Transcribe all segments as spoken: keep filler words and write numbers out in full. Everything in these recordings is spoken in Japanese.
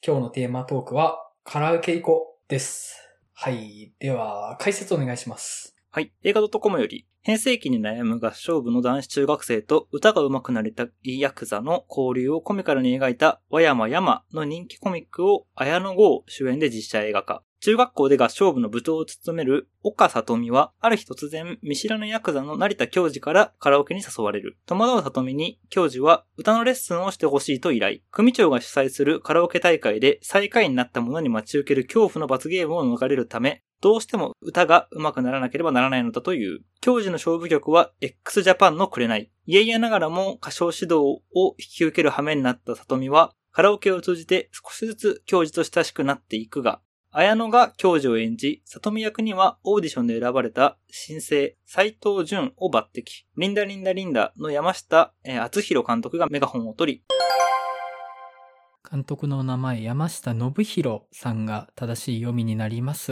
今日のテーマトークはカラオケ行こうです。はい。では、解説お願いします。 はい。映画 .com より、変声期に悩む合唱部の男子中学生と歌が上手くなりたいヤクザの交流をコミカルに描いた和山山の人気コミックを綾野剛主演で実写映画化。中学校で合唱部の部長を務める岡里美は、ある日突然見知らぬヤクザの成田教授からカラオケに誘われる。戸惑う里美に教授は歌のレッスンをしてほしいと依頼。組長が主催するカラオケ大会で最下位になった者に待ち受ける恐怖の罰ゲームを逃れるため、どうしても歌が上手くならなければならないのだという。教授の勝負曲は x ジャパンの紅。いやいやながらも歌唱指導を引き受ける羽目になった里美は、カラオケを通じて少しずつ教授と親しくなっていくが、綾野が教授を演じ、里美役にはオーディションで選ばれた新星斉藤淳を抜擢。リンダリンダリンダの山下敦弘監督がメガホンを取り、 監督の名前山下信弘さんが正しい読みになります。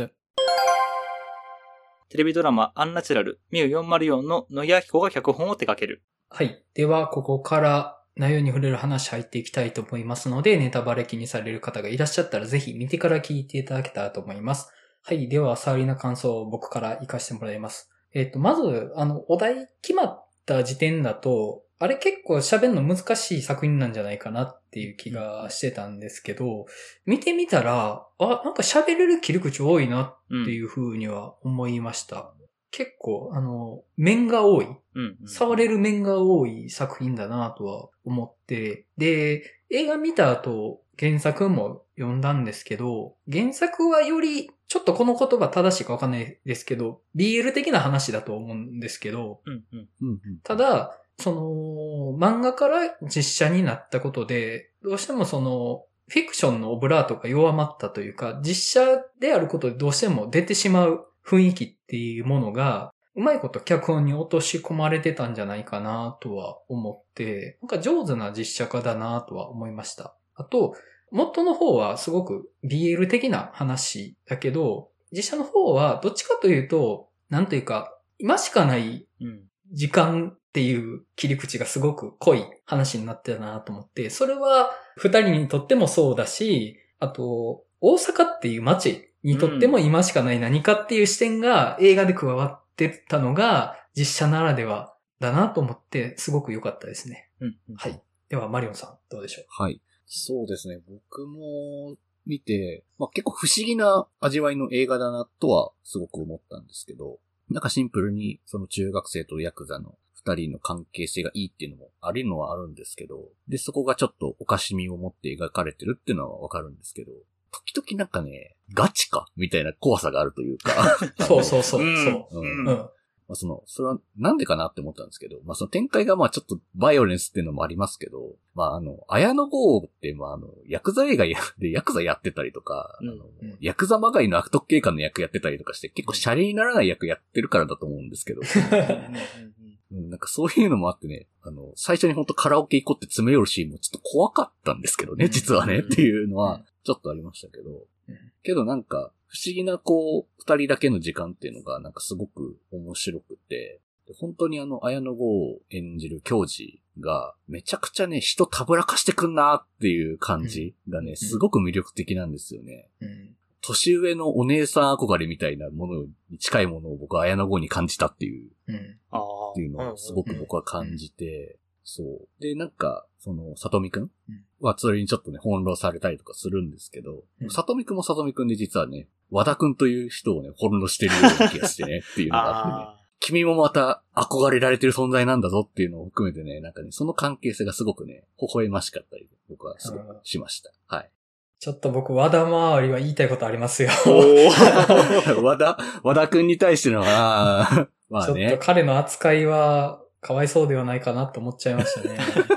テレビドラマアンナチュラルミューよんまるよんの野木明子が脚本を手掛ける。 はい。では、ここから内容に触れる話入っていきたいと思いますので、ネタバレ気にされる方がいらっしゃったらぜひ見てから聞いていただけたらと思います。はい。では、触りな感想を僕から活かしてもらいます。えっと、まず、あの、お題決まった時点だと、あれ結構喋るの難しい作品なんじゃないかなっていう気がしてたんですけど、見てみたら、あ、なんか喋れる切り口多いなっていう風には思いました。うん、結構、あの、面が多い、うんうん。触れる面が多い作品だなとは思って、で、映画見た後、原作も読んだんですけど、原作はより、ちょっとこの言葉正しいかわかんないですけど、ビーエル 的な話だと思うんですけど、 うんうん、 ただ、その、漫画から実写になったことで、どうしてもその、フィクションのオブラートが弱まったというか、実写であることでどうしても出てしまう雰囲気っていうものが、うまいこと脚本に落とし込まれてたんじゃないかなとは思って、なんか上手な実写化だなとは思いました。あと、元の方はすごく ビーエル 的な話だけど、実写の方はどっちかというと、なんというか、今しかない時間っていう切り口がすごく濃い話になってたなと思って、それは二人にとってもそうだし、あと、大阪っていう街にとっても今しかない何かっていう視点が映画で加わってたのが実写ならではだなと思ってすごく良かったですね。うんうん、はい。ではマリオンさんどうでしょう？ はい。そうですね。僕も見て、まあ、結構不思議な味わいの映画だなとはすごく思ったんですけど、なんかシンプルにその中学生とヤクザの二人の関係性がいいっていうのもあるのはあるんですけど、で、そこがちょっとおかしみを持って描かれてるっていうのはわかるんですけど、時々なんかね、ガチかみたいな怖さがあるというか。 そうそうそう。そう。 うん。うんまあ、その、それはなんでかなって思ったんですけど、まあその展開がまあちょっとバイオレンスっていうのもありますけど、まああの、綾野剛ってまああの、ヤクザ映画でヤクザやってたりとか、うん、あの、ヤクザまがいの悪徳警官の役やってたりとかして結構シャレにならない役やってるからだと思うんですけど。うん、なんかそういうのもあってね、あの、最初にほんとカラオケ行こうって詰め寄るシーンもちょっと怖かったんですけどね、実はね、っていうのはちょっとありましたけど。けどなんか、不思議なこう、二人だけの時間っていうのがなんかすごく面白くて、本当にあの、綾野剛を演じる教授がめちゃくちゃね、人たぶらかしてくんなっていう感じがね、すごく魅力的なんですよね。うん、年上のお姉さん憧れみたいなものに近いものを僕は綾野剛に感じたっていう、うん、っていうのをすごく僕は感じて、そう。で、なんか、その、里見くんはそれにちょっとね、翻弄されたりとかするんですけど、うん、里見くんも里見くんで実はね、和田くんという人をね、翻弄してるような気がしてね、っていうのがあってね、君もまた憧れられてる存在なんだぞっていうのを含めてね、なんかね、その関係性がすごくね、微笑ましかったり、僕はすごくしました。はい。 ちょっと僕、和田周りは言いたいことありますよ。 和田、和田くんに対してのは、まあね。 ちょっと彼の扱いは、かわいそうではないかなと思っちゃいましたね。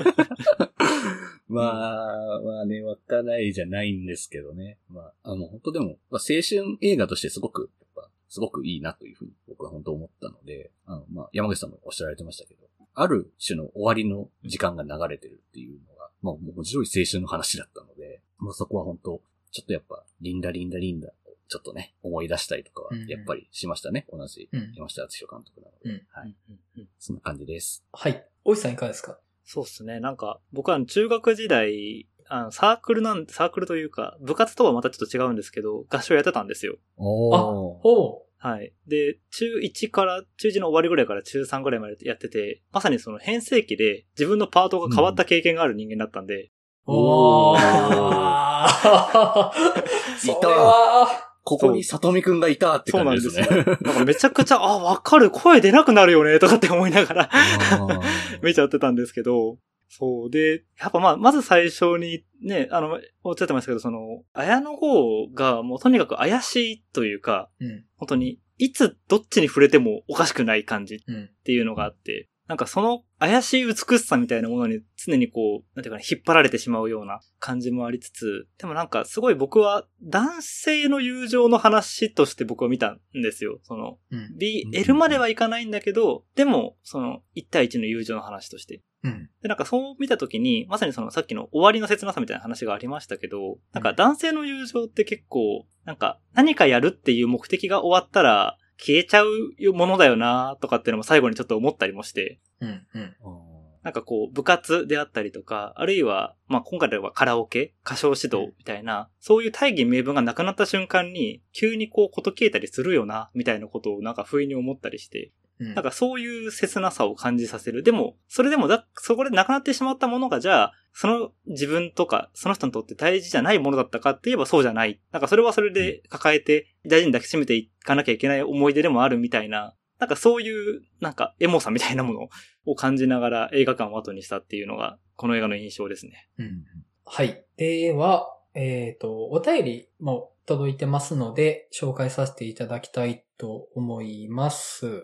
まあ、まあね、わかないじゃないんですけどね。まあ、あの、本当でも、まあ、青春映画としてすごく、やっぱ、すごくいいなというふうに僕は本当思ったので、あの、まあ、山口さんもおっしゃられてましたけど、ある種の終わりの時間が流れてるっていうのが、まあ、文字通り青春の話だったので、まあ、そこは本当、ちょっとやっぱ、リンダリンダリンダをちょっとね、思い出したりとかは、やっぱりしましたね。うんうん、同じ、山下敦弘監督なので、うん。はい、うんうん。そんな感じです。 はい。大石さんいかがですか？ そうですね。なんか、僕は中学時代、 あの、サークルなん、サークルというか、部活とはまたちょっと違うんですけど、合唱やってたんですよ。 あ、 おー。 ほはい。で、中いちから、中いちの終わりぐらいから中さんぐらいまでやってて、まさにその編成期で自分のパートが変わった経験がある人間だったんで。 う。おー。それは、 ここに里見くんがいたって感じですね。 そうなんですよ。なんかめちゃくちゃ、あ、わかる、声出なくなるよね、とかって思いながら見ちゃってたんですけど、そう。で、やっぱまあ、まず最初にね、あの、おっしゃってましたけど、その、綾野剛がもうとにかく怪しいというか、 うん、 本当に、いつどっちに触れてもおかしくない感じっていうのがあって、うん、なんかその怪しい美しさみたいなものに常にこう、なんていうかね、引っ張られてしまうような感じもありつつ、でもなんかすごい僕は男性の友情の話として僕は見たんですよ。その、うん、ビーエル まではいかないんだけど、でも、そのいち対いちの友情の話として。 うん、 で、なんかそう見たときに、まさにそのさっきの終わりの切なさみたいな話がありましたけど、なんか男性の友情って結構、なんか何かやるっていう目的が終わったら消えちゃうものだよなとかっていうのも最後にちょっと思ったりもして、 うんうん、 なんかこう部活であったりとか、あるいは、まあ今回ではカラオケ、歌唱指導みたいな、そういう大義名分がなくなった瞬間に、急にこうこと消えたりするよな、みたいなことをなんか不意に思ったりして、なんかそういう切なさを感じさせる。でも、それでもだ、そこでなくなってしまったものが、じゃあ、その自分とか、その人にとって大事じゃないものだったかって言えばそうじゃない。なんかそれはそれで抱えて、大事に抱きしめていかなきゃいけない思い出でもあるみたいな、なんかそういう、なんかエモさみたいなものを感じながら映画館を後にしたっていうのが、この映画の印象ですね。 うん、はい。では、えっと、お便りも届いてますので、紹介させていただきたいと思います。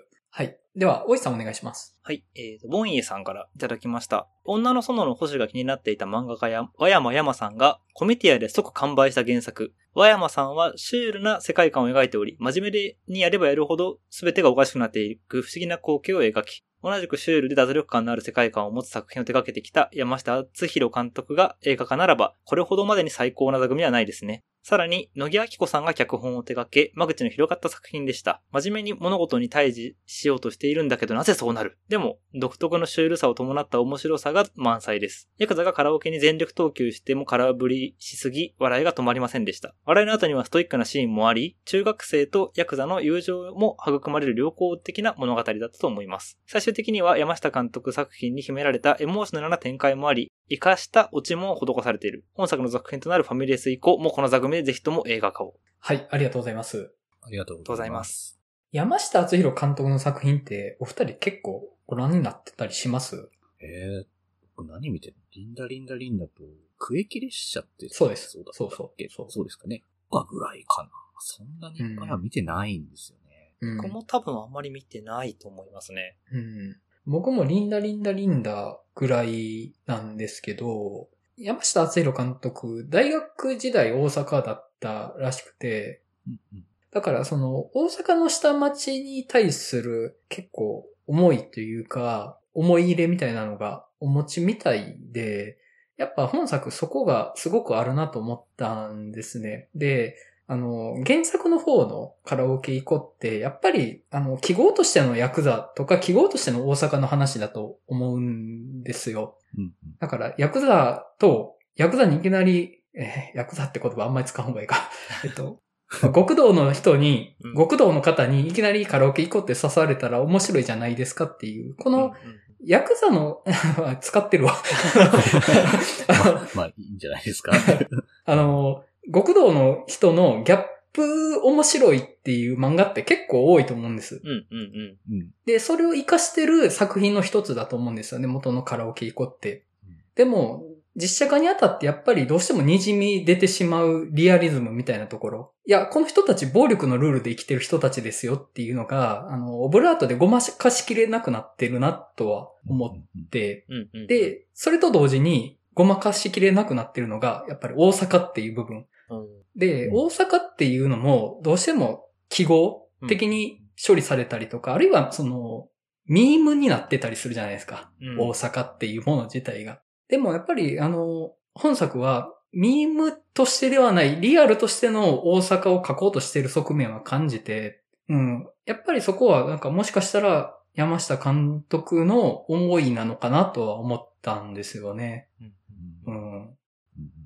はい。では、大石さんお願いします。 はい。えーと、ボンイエさんからいただきました。女の園の保守が気になっていた漫画家や、和山山さんがコミティアで即完売した原作。和山さんはシュールな世界観を描いており、真面目にやればやるほど全てがおかしくなっていく不思議な光景を描き、同じくシュールで脱力感のある世界観を持つ作品を手掛けてきた山下敦弘監督が映画化ならば、これほどまでに最高な座組はないですね。さらに、野木明子さんが脚本を手掛け、間口の広がった作品でした。真面目に物事に対峙しようとしているんだけどなぜそうなる？でも、独特のシュールさを伴った面白さが満載です。ヤクザがカラオケに全力投球しても空振りしすぎ、笑いが止まりませんでした。笑いの後にはストイックなシーンもあり、中学生とヤクザの友情も育まれる良好的な物語だったと思います。最終的には山下監督作品に秘められたエモーショナルな展開もあり、活かしたオチも施されている。本作の続編となるファミレス以降もこの座組でぜひとも映画化を。 はい、ありがとうございます。 ありがとうございます。 山下敦弘監督の作品ってお二人結構ご覧になってたりします？ えー、僕何見てるの？リンダリンダリンダと区域列車ってそうです。 そうだそうそうそうそうですかね。かぐらいかな。そんなにいっぱいは見てないんですよね。 うん、僕も多分あんまり見てないと思いますね。 うん。僕もリンダリンダリンダぐらいなんですけど、山下敦弘監督、大学時代大阪だったらしくて、 うんうん、 だからその大阪の下町に対する結構思いというか、思い入れみたいなのがお持ちみたいで、やっぱ本作そこがすごくあるなと思ったんですね。で、あの、原作の方のカラオケ行こうって、やっぱり、あの、記号としてのヤクザとか記号としての大阪の話だと思うんですよ。 うんうん、 だから、ヤクザと、ヤクザにいきなり、えー、ヤクザって言葉あんまり使う方がいいか。えっと、極道の人に、極道の方にいきなりカラオケ行こうって誘われたら面白いじゃないですかっていう、この、ヤクザの、使ってるわ。 まあ、まあ、いいんじゃないですか。 あの、極道の人のギャップ面白いっていう漫画って結構多いと思うんです。 うんうんうん、 で、それを活かしてる作品の一つだと思うんですよね、元のカラオケ行こうって。うん、でも、実写化にあたってやっぱりどうしても滲み出てしまうリアリズムみたいなところ。いや、この人たち暴力のルールで生きてる人たちですよっていうのが、あの、オブラートでごまかしきれなくなってるなとは思って、 うんうん、 で、それと同時にごまかしきれなくなってるのが、やっぱり大阪っていう部分。 うん、 で、うん、大阪っていうのもどうしても記号的に処理されたりとか、うん、あるいはその、ミームになってたりするじゃないですか。うん、大阪っていうもの自体が。でもやっぱりあの、本作はミームとしてではない、リアルとしての大阪を描こうとしている側面は感じて、うん。やっぱりそこはなんかもしかしたら山下監督の思いなのかなとは思ったんですよね。うん。うん、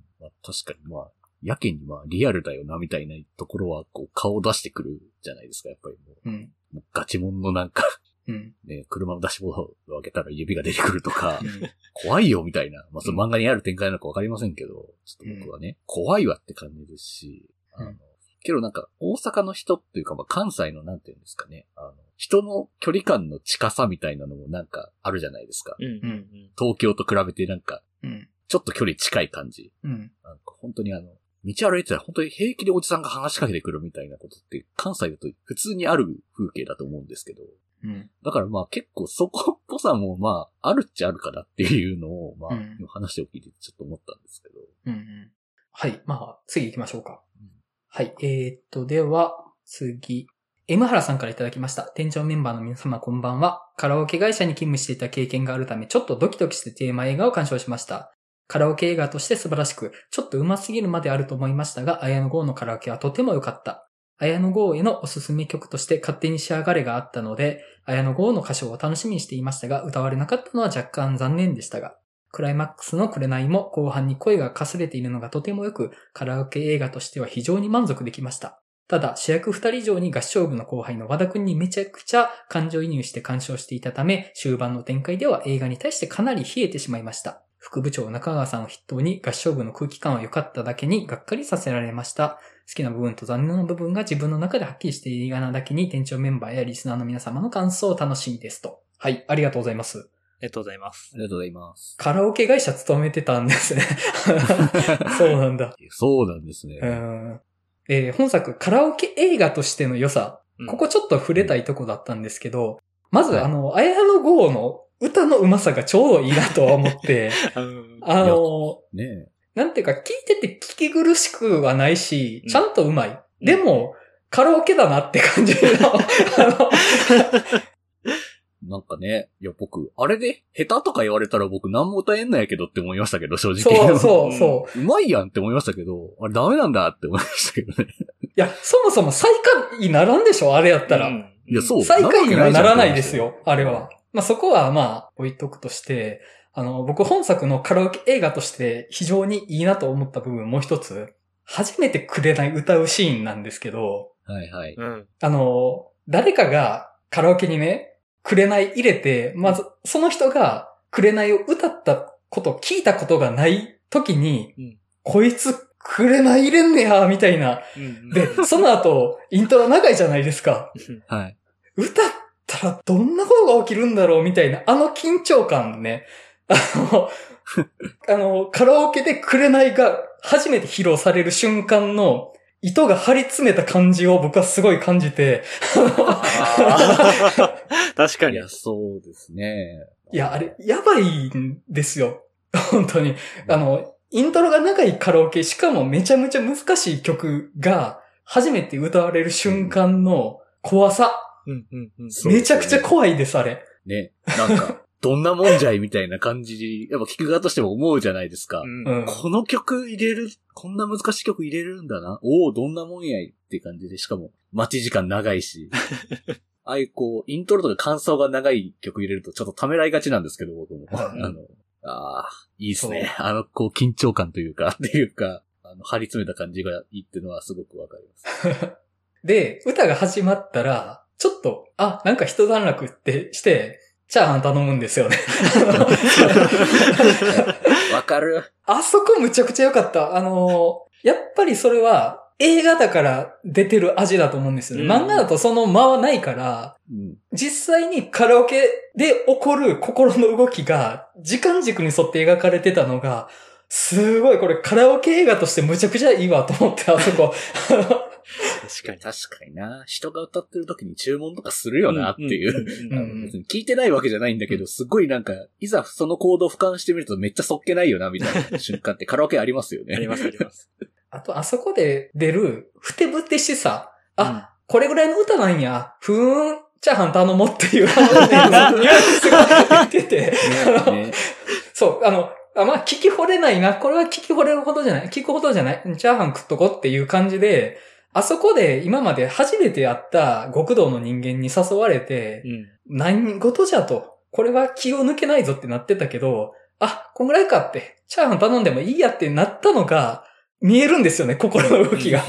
確かにまあ、やけにまあリアルだよなみたいなところはこう顔を出してくるじゃないですか、やっぱりもう。 うん。 もうガチモンのなんかうん。 ね、車のダッシュボードを開けたら指が出てくるとか、 うん、 怖いよみたいな。まあその漫画にある展開なのかわかりませんけど、ちょっと僕はね、うん、怖いわって感じですし、あの、うん、けどなんか大阪の人っていうかまあ関西のなんていうんですかね、あの、人の距離感の近さみたいなのもなんかあるじゃないですか。 うんうんうん、 東京と比べてなんか、 うん、 ちょっと距離近い感じ。 うん、 なんか本当にあの、道歩いてたら本当に平気でおじさんが話しかけてくるみたいなことって関西だと普通にある風景だと思うんですけど。 うん、 だからまあ結構そこっぽさもまああるっちゃあるかなっていうのをまあ、うん、話を聞いてちょっと思ったんですけど。 うんうん、はい。まあ次行きましょうか。うん、はい。えー、っと、では次。M 原さんからいただきました。店長メンバーの皆様こんばんは。カラオケ会社に勤務していた経験があるためちょっとドキドキしてテーマ映画を鑑賞しました。カラオケ映画として素晴らしく、ちょっと上手すぎるまであると思いましたが、綾野剛のカラオケはとても良かった。綾野剛へのおすすめ曲として勝手に仕上がれがあったので、綾野剛の歌唱を楽しみにしていましたが、歌われなかったのは若干残念でしたが、クライマックスの紅も後半に声がかすれているのがとても良く、カラオケ映画としては非常に満足できました。ただ、主役二人以上に合唱部の後輩の和田くんにめちゃくちゃ感情移入して鑑賞していたため、終盤の展開では映画に対してかなり冷えてしまいました。副部長中川さんを筆頭に合唱部の空気感は良かっただけにがっかりさせられました。好きな部分と残念な部分が自分の中ではっきりしている映画なだけに店長メンバーやリスナーの皆様の感想を楽しみですと。はい、ありがとうございます。 ありがとうございます。 ありがとうございます。 カラオケ会社勤めてたんですね。そうなんだ。 そうなんですね。 うんえー、本作カラオケ映画としての良さ、うん、ここちょっと触れたいとこだったんですけど、まず、はい、あの、綾野剛の歌の上手さがちょうどいいなとは思って、あの、 ね、 なんていうか聞いてて聞き苦しくはないし、ちゃんと上手い。うん、でも、カラオケだなって感じの、あのなんかね、いや僕、あれで下手とか言われたら僕何も歌えんのやけどって思いましたけど、正直。 そうそうそう。 うまいやんって思いましたけど、あれダメなんだって思いましたけどね。 いや、そもそも最下位ならんでしょ、あれやったら。うん、 いや、そう。 最下位にはならないですよ、あれは。まあ、そこはまあ、置いとくとして、あの、僕本作のカラオケ映画として非常にいいなと思った部分もう一つ、初めて紅歌うシーンなんですけど、 はいはい。 あの、誰かがカラオケにね、紅入れて、まず、その人が紅を歌ったこと聞いたことがない時に、うん、こいつ紅入れんねや、みたいな、うん。で、その後、イントロ長いじゃないですか。 はい。 歌ったらどんなことが起きるんだろうみたいな、あの緊張感ね。あの、あの、カラオケで紅が初めて披露される瞬間の糸が張り詰めた感じを僕はすごい感じて。 確かに。 いや、そうですね。 いや、あれ、やばいんですよ。本当に。あの、イントロが長いカラオケ、しかもめちゃめちゃ難しい曲が初めて歌われる瞬間の怖さ。 うんうんうん、 めちゃくちゃ怖いです、あれ。 ね。なんか、どんなもんじゃいみたいな感じ、やっぱ聞く側としても思うじゃないですか。うん、この曲入れる、こんな難しい曲入れるんだな。おお、どんなもんやいって感じで、しかも待ち時間長いし。ああいうこう、イントロとか感想が長い曲入れるとちょっとためらいがちなんですけど、僕も。あの、ああ、いいですね。あの、こう、緊張感というか、っていうか、あの、張り詰めた感じがいいっていうのはすごくわかります。 で、歌が始まったら、ちょっと、あ、なんか一段落ってして、チャーハン頼むんですよね。 わかる。 あそこむちゃくちゃ良かった。あの、やっぱりそれは映画だから出てる味だと思うんですよね。うん、漫画だとその間はないから、うん、実際にカラオケで起こる心の動きが時間軸に沿って描かれてたのが、すごいこれカラオケ映画としてむちゃくちゃいいわと思って、あそこ。 確かに確かにな。人が歌ってる時に注文とかするよなっていう。別に聞いてないわけじゃないんだけど、すごいなんか、いざそのコードを俯瞰してみるとめっちゃそっけないよなみたいな瞬間ってカラオケありますよね。 ありますあります。 あと、あそこで出るふてぶてしさ。あ、うん、これぐらいの歌なんや。ふーん、チャーハン頼もうっていう感じで、ニュアンスが言ってて。ねね、そう、あの、あ、まあ、聞き惚れないな。これは聞き惚れるほどじゃない。聞くほどじゃない。チャーハン食っとこっていう感じで、あそこで今まで初めて会った極道の人間に誘われて、うん、何事じゃと。これは気を抜けないぞってなってたけど、あ、こんぐらいかって。チャーハン頼んでもいいやってなったのが、 見えるんですよね、心の動きが。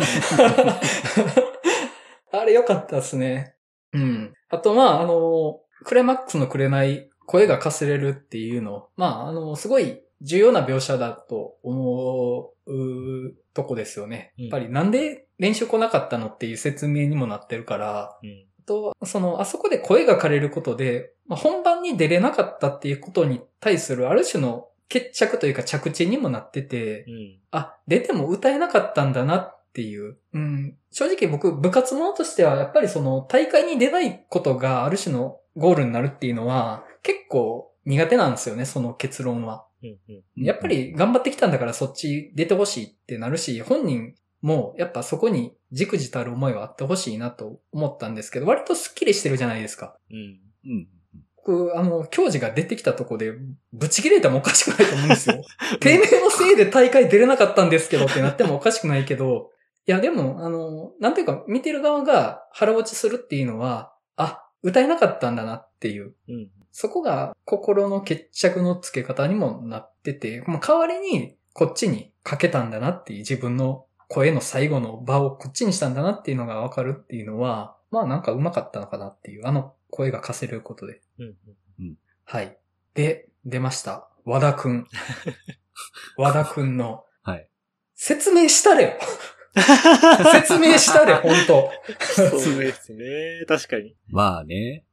あれ良かったですね。うん。あと、まあ、あの、クライマックスの紅、声がかすれるっていうの、まあ、あの、すごい重要な描写だと思うとこですよね。やっぱりなんで練習来なかったのっていう説明にもなってるから、うん、と、その、あそこで声が枯れることで、まあ、本番に出れなかったっていうことに対するある種の決着というか着地にもなってて、うん、あ、出ても歌えなかったんだなっていう。うん、正直僕、部活者としてはやっぱりその大会に出ないことがある種のゴールになるっていうのは結構苦手なんですよね、その結論は。うんうん、やっぱり頑張ってきたんだからそっち出てほしいってなるし、本人もやっぱそこにじくじたる思いはあってほしいなと思ったんですけど、割とスッキリしてるじゃないですか。うんうん、僕、あの、教授が出てきたとこでブチ切れてもおかしくないと思うんですよ。てめえのせいで大会出れなかったんですけどってなってもおかしくないけど、いやでも、あの、なんていうか見てる側が腹落ちするっていうのは、あ、歌えなかったんだなっていう。うん、そこが心の決着のつけ方にもなってて、もう代わりにこっちにかけたんだなっていう、自分の声の最後の場をこっちにしたんだなっていうのがわかるっていうのは、まあなんか上手かったのかなっていう、あの声がかせることで。うんうん、はい。で、出ました。和田くん。和田くんの。はい。説明したれよ説明したれ、ほんと。 そうですね。確かに。 まあね。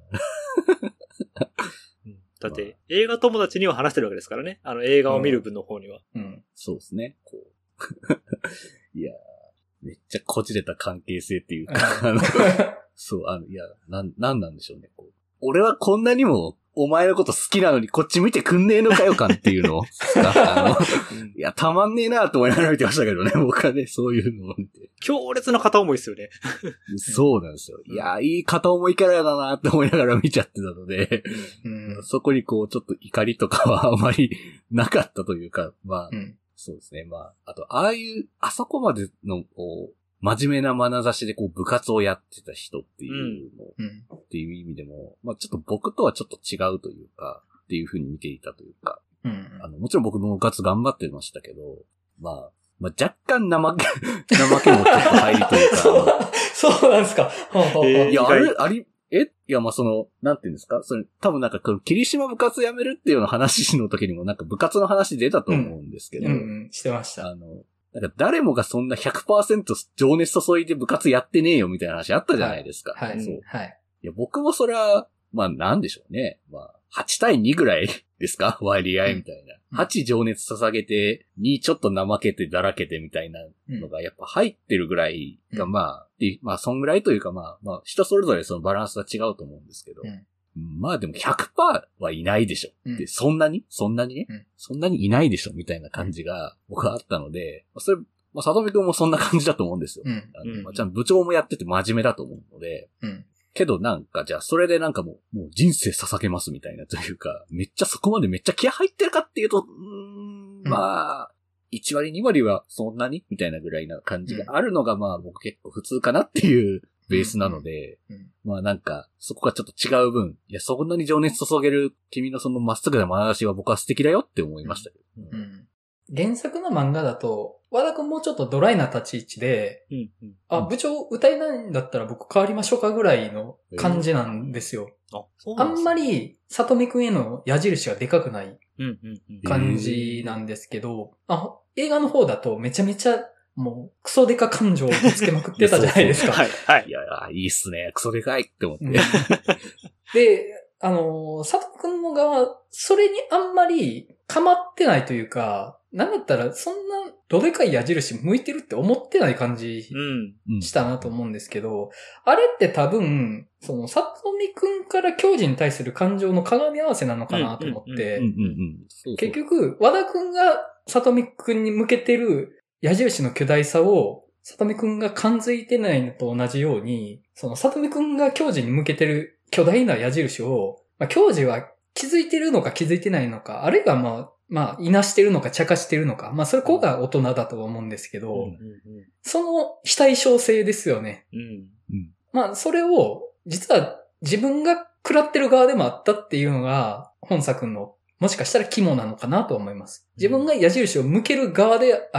だって、映画友達には話してるわけですからね。あの映画を見る分の方には。 うん。うん、そうですね。こういやー、めっちゃこじれた関係性っていうか、あのそう、あの、いや、なん、なんなんでしょうね。こう俺はこんなにもお前のこと好きなのにこっち見てくんねえのかよ感っていうのをあの、いや、たまんねえなと思いながら見てましたけどね、僕はね、そういうのを見て。 強烈な片思いですよね。 そうなんですよ。いや、いい片思いキャラだなって思いながら見ちゃってたので、うん、そこにこう、ちょっと怒りとかはあまりなかったというか、まあ、うん、そうですね。まあ、あと、ああいう、あそこまでの、こう、真面目な眼差しでこう部活をやってた人っていうの、うん、っていう意味でも、まあちょっと僕とはちょっと違うというか、っていう風に見ていたというか、うん、あのもちろん僕も部活頑張ってましたけど、まあ、まあ若干怠け、怠けもちょっと入りというか。 そう、そうなんですか。 いや、あれ、あり、えいや、まあその、なんていうんですかそれ、多分なんか、霧島部活辞めるっていうような話の時にもなんか部活の話出たと思うんですけど。 うん、うん、うん、してました。 あの、なんか誰もがそんな ひゃくパーセント 情熱注いで部活やってねえよみたいな話あったじゃないですか。 はい。はい。 そう。 はい。 いや、僕もそれは、まあなんでしょうね。まあ、はちたいにぐらいですか割合みたいな。うん、はち情熱捧げて、にちょっと怠けてだらけてみたいなのがやっぱ入ってるぐらいが、うん、まあ、まあそんぐらいというかまあ、まあ人それぞれそのバランスは違うと思うんですけど。うんまあでも ひゃくパーセント はいないでしょ。うん、で、そんなにそんなにね、うん、そんなにいないでしょみたいな感じが僕はあったので、それ、まあ、さとみくんもそんな感じだと思うんですよ。うん、あのまあ、ちゃんと部長もやってて真面目だと思うので、うん、けどなんかじゃあそれでなんかもう、もう人生捧げますみたいなというか、めっちゃそこまでめっちゃ気合入ってるかっていうと、うーん、まあ、いち割に割はそんなにみたいなぐらいな感じがあるのがまあ僕結構普通かなっていうベースなので、うんうん、まあなんか、そこがちょっと違う分、いや、そんなに情熱注げる君のそのまっすぐな眼差しは僕は素敵だよって思いましたけど、うんうん。 原作の漫画だと、和田くんもうちょっとドライな立ち位置で、うんうん、あ、部長歌えないんだったら僕変わりましょうかぐらいの感じなんですよ。えー、あ, そうなんですね、あんまり、さとみくんへの矢印がでかくない感じなんですけど、えー、あ映画の方だとめちゃめちゃもう、クソデカ感情をぶつけまくってたじゃないですか。 はい、はい。いやいいっすね。クソデカいって思って。うん、 で、あの、佐藤くんの側、それにあんまり構ってないというか、なんだったらそんなどでかい矢印向いてるって思ってない感じしたなと思うんですけど、うん、あれって多分、その、佐藤くんから教授に対する感情の鏡合わせなのかなと思って、結局、和田くんが佐藤くんに向けてる矢印の巨大さを、さとみくんが感づいてないのと同じように、そのさとみくんが教授に向けてる巨大な矢印を、まあ、教授は気づいてるのか気づいてないのか、あるいはまあ、まあ、いなしてるのか茶化してるのか、まあ、それこが大人だと思うんですけど、うんうんうん、その非対称性ですよね。うんうん、まあ、それを、実は自分が食らってる側でもあったっていうのが、本作のもしかしたら肝なのかなと思います。自分が矢印を向ける側であり、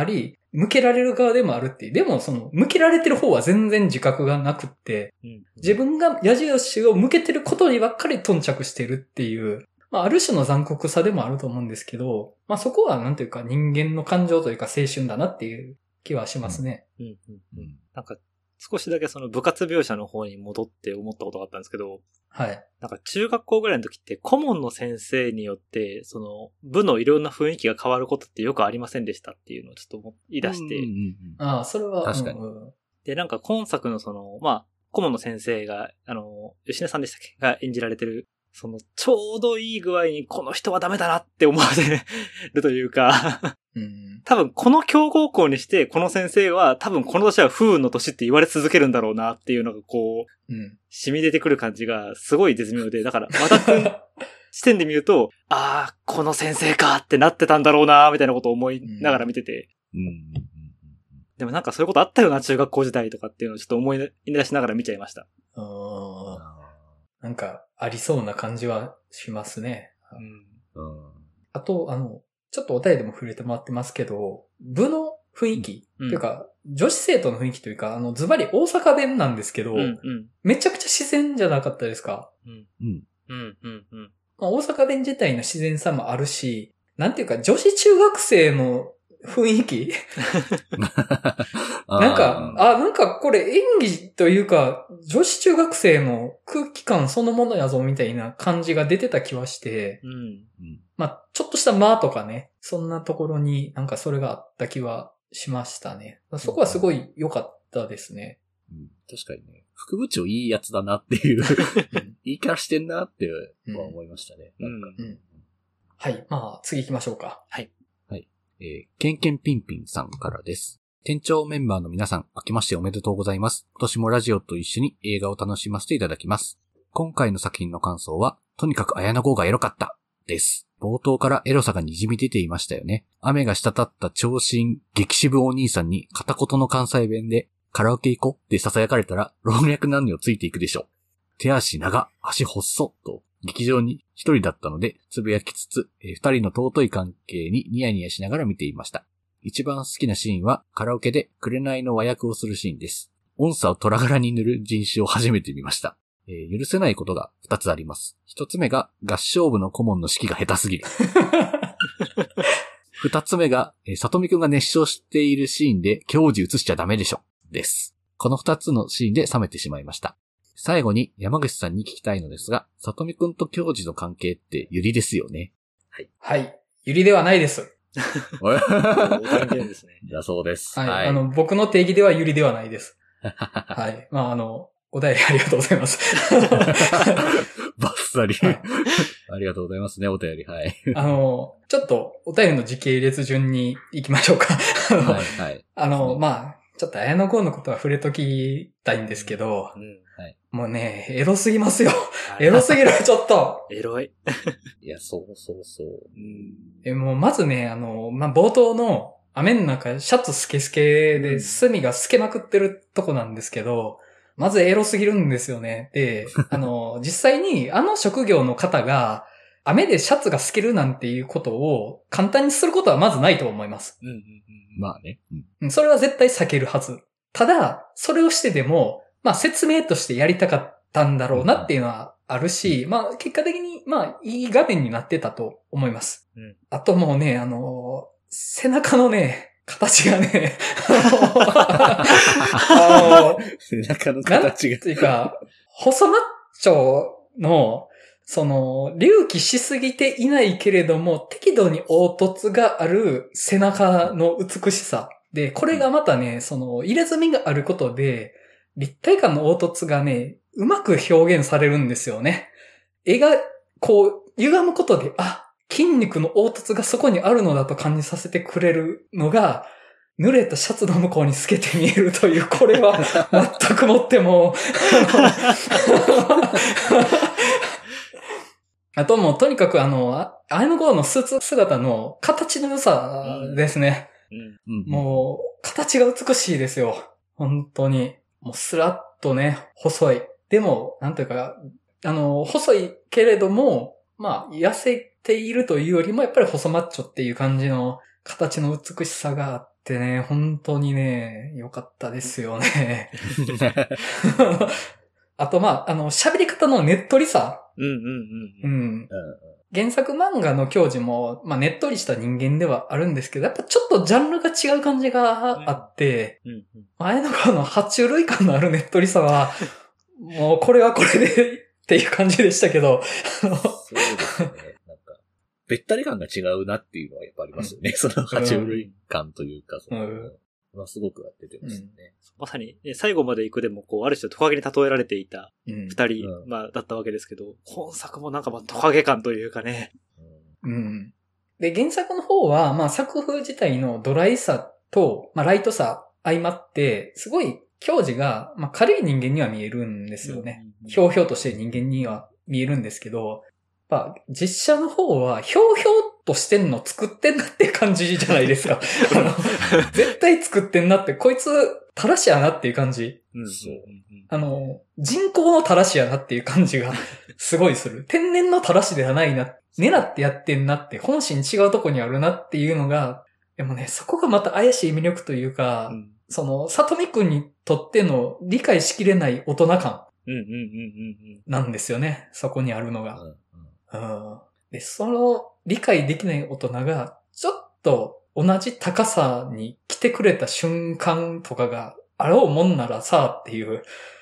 向けられる側でもあるっていう。でもその、向けられてる方は全然自覚がなくって、 うん、 自分が矢印を向けてることにばっかり頓着してるっていう、まあ、ある種の残酷さでもあると思うんですけど、まあそこはなんというか人間の感情というか青春だなっていう気はしますね。 うん、うん、うん。なんか、少しだけその部活描写の方に戻って思ったことがあったんですけど、 はい。 なんか中学校ぐらいの時って顧問の先生によって、その部のいろんな雰囲気が変わることってよくありませんでしたっていうのをちょっと思い出して。 うんうんうん、 ああ、それは。 確かに。 うんうん、 で、なんか今作のその、まあ、顧問の先生が、あの、吉根さんでしたっけが演じられてる、その、ちょうどいい具合にこの人はダメだなって思わせるというかうん、 多分この強豪校にしてこの先生は多分この年は不運の年って言われ続けるんだろうなっていうのがこう、うん、染み出てくる感じがすごい絶妙で、だから和田くん視点で見ると、ああ、この先生かってなってたんだろうなみたいなことを思いながら見てて、 うんうん、 でもなんかそういうことあったよな中学校時代とかっていうのをちょっと思い出しながら見ちゃいました。 あなんかありそうな感じはしますね。 うん、 あと、あの、ちょっとお便りでも触れてもらってますけど、部の雰囲気、うん、というか、女子生徒の雰囲気というか、あの、ズバリ大阪弁なんですけど、 うんうん、 めちゃくちゃ自然じゃなかったですか？ うん。うん。うん。うん。うん。 まあ、大阪弁自体の自然さもあるし、なんていうか、女子中学生の雰囲気なんか、あ、なんかこれ演技というか、女子中学生の空気感そのものやぞみたいな感じが出てた気はして、 うん、 まあ、ちょっとした間とかね、そんなところになんかそれがあった気はしましたね。そこはすごい良かったですね。 うん、確かにね。副部長いいやつだなっていう、いいキャラしてんなって思いましたね。 うんうん、はい。まあ、次行きましょうか。 はい。 えー、ケンケンピンピンさんからです。店長メンバーの皆さん、明けましておめでとうございます。今年もラジオと一緒に映画を楽しませていただきます。今回の作品の感想は、とにかく綾野剛がエロかった、です。冒頭からエロさが滲み出ていましたよね。雨が滴った長身、激渋お兄さんに片言の関西弁で、カラオケ行こって囁かれたら、老若男女ついていくでしょ。手足長、足細と、劇場に一人だったので、つぶやきつつ、えー、二人の尊い関係にニヤニヤしながら見ていました。一番好きなシーンは、カラオケで紅の和訳をするシーンです。音叉を虎柄に塗る人種を初めて見ました。えー、許せないことが二つあります。一つ目が、合唱部の顧問の指揮が下手すぎる。二つ目が、えー、里見くんが熱唱しているシーンで、教授映しちゃダメでしょ。です。この二つのシーンで冷めてしまいました。最後に山口さんに聞きたいのですが、里見くんと教授の関係ってユリですよね。 はい。はい。ユリではないです。 関係ですね。 だそうです。 はい。はい、あの、僕の定義ではユリではないです。はい。まあ、あの、お便りありがとうございます。 バッサリ、はい。ありがとうございますね、お便り。はい。 あの、ちょっとお便りの時系列順に行きましょうか。はい、はい。あの、まあ、ちょっと綾野剛のことは触れときたいんですけど、うんはい、もうね、エロすぎますよ。エロすぎる、ちょっと。 エロい。 いや、そうそうそう。 うん、えもうまずね、あの、まあ、冒頭の雨の中、シャツスケスケで墨が透けまくってるとこなんですけど、まずエロすぎるんですよね。で、あの、実際にあの職業の方が、雨でシャツが透けるなんていうことを簡単にすることはまずないと思います。 うんうんうん、まあね、 うん。それは絶対避けるはず。ただ、それをしてでも、まあ説明としてやりたかったんだろうなっていうのはあるし、うん、まあ結果的に、まあいい画面になってたと思います。うん、あともうね、あの、背中のね、形がね、 あの背中の形が。 なんていうか、細マッチョの、その、隆起しすぎていないけれども、適度に凹凸がある背中の美しさ。で、これがまたね、その、入れ墨があることで、立体感の凹凸がね、うまく表現されるんですよね。絵が、こう、歪むことで、あ、筋肉の凹凸がそこにあるのだと感じさせてくれるのが、濡れたシャツの向こうに透けて見えるという、これは全くもっても、あともうとにかくあの、アイムゴーのスーツ姿の形の良さですね。うんうん、もう、形が美しいですよ。本当に。もうスラッとね、細い。でも、なんというか、あの、細いけれども、まあ、痩せているというよりも、やっぱり細マッチョっていう感じの形の美しさがあっってね、本当にね、良かったですよね。あと、まあ、あの、喋り方のねっとりさ。 うんうんうん。 うん。原作漫画の教授も、まあ、ねっとりした人間ではあるんですけど、やっぱちょっとジャンルが違う感じがあって、うんうんうん、前の子の爬虫類感のあるねっとりさは、もうこれはこれでっていう感じでしたけど。 そうですね。なんか、べったり感が違うなっていうのはやっぱありますよね。うん、その爬虫類感というか、その、うんまあ、すごく出てますね、うん。 まさに、最後まで行くでも、こう、ある種トカゲに例えられていた二人、うん、まあ、だったわけですけど、今作もなんかまあトカゲ感というかね。 うん。で、原作の方は、まあ、作風自体のドライさと、まあ、ライトさ相まって、すごい、教授が、まあ、軽い人間には見えるんですよね。うん、ひょうひょうとして人間には見えるんですけど、まあ、実写の方は、ひょうひょうとしてんの作ってんなっていう感じじゃないですか。あの絶対作ってんなって、こいつ、たらしやなっていう感じ。 うん、そう。 あの、人工のたらしやなっていう感じがすごいする。天然のたらしではないな。狙ってやってんなって、本心違うとこにあるなっていうのが、でもね、そこがまた怪しい魅力というか、うん、その、さとみくんにとっての理解しきれない大人感なんですよね。そこにあるのが。うんうん、で、その理解できない大人が、ちょっと同じ高さに来てくれた瞬間とかがあろうもんならさっていう。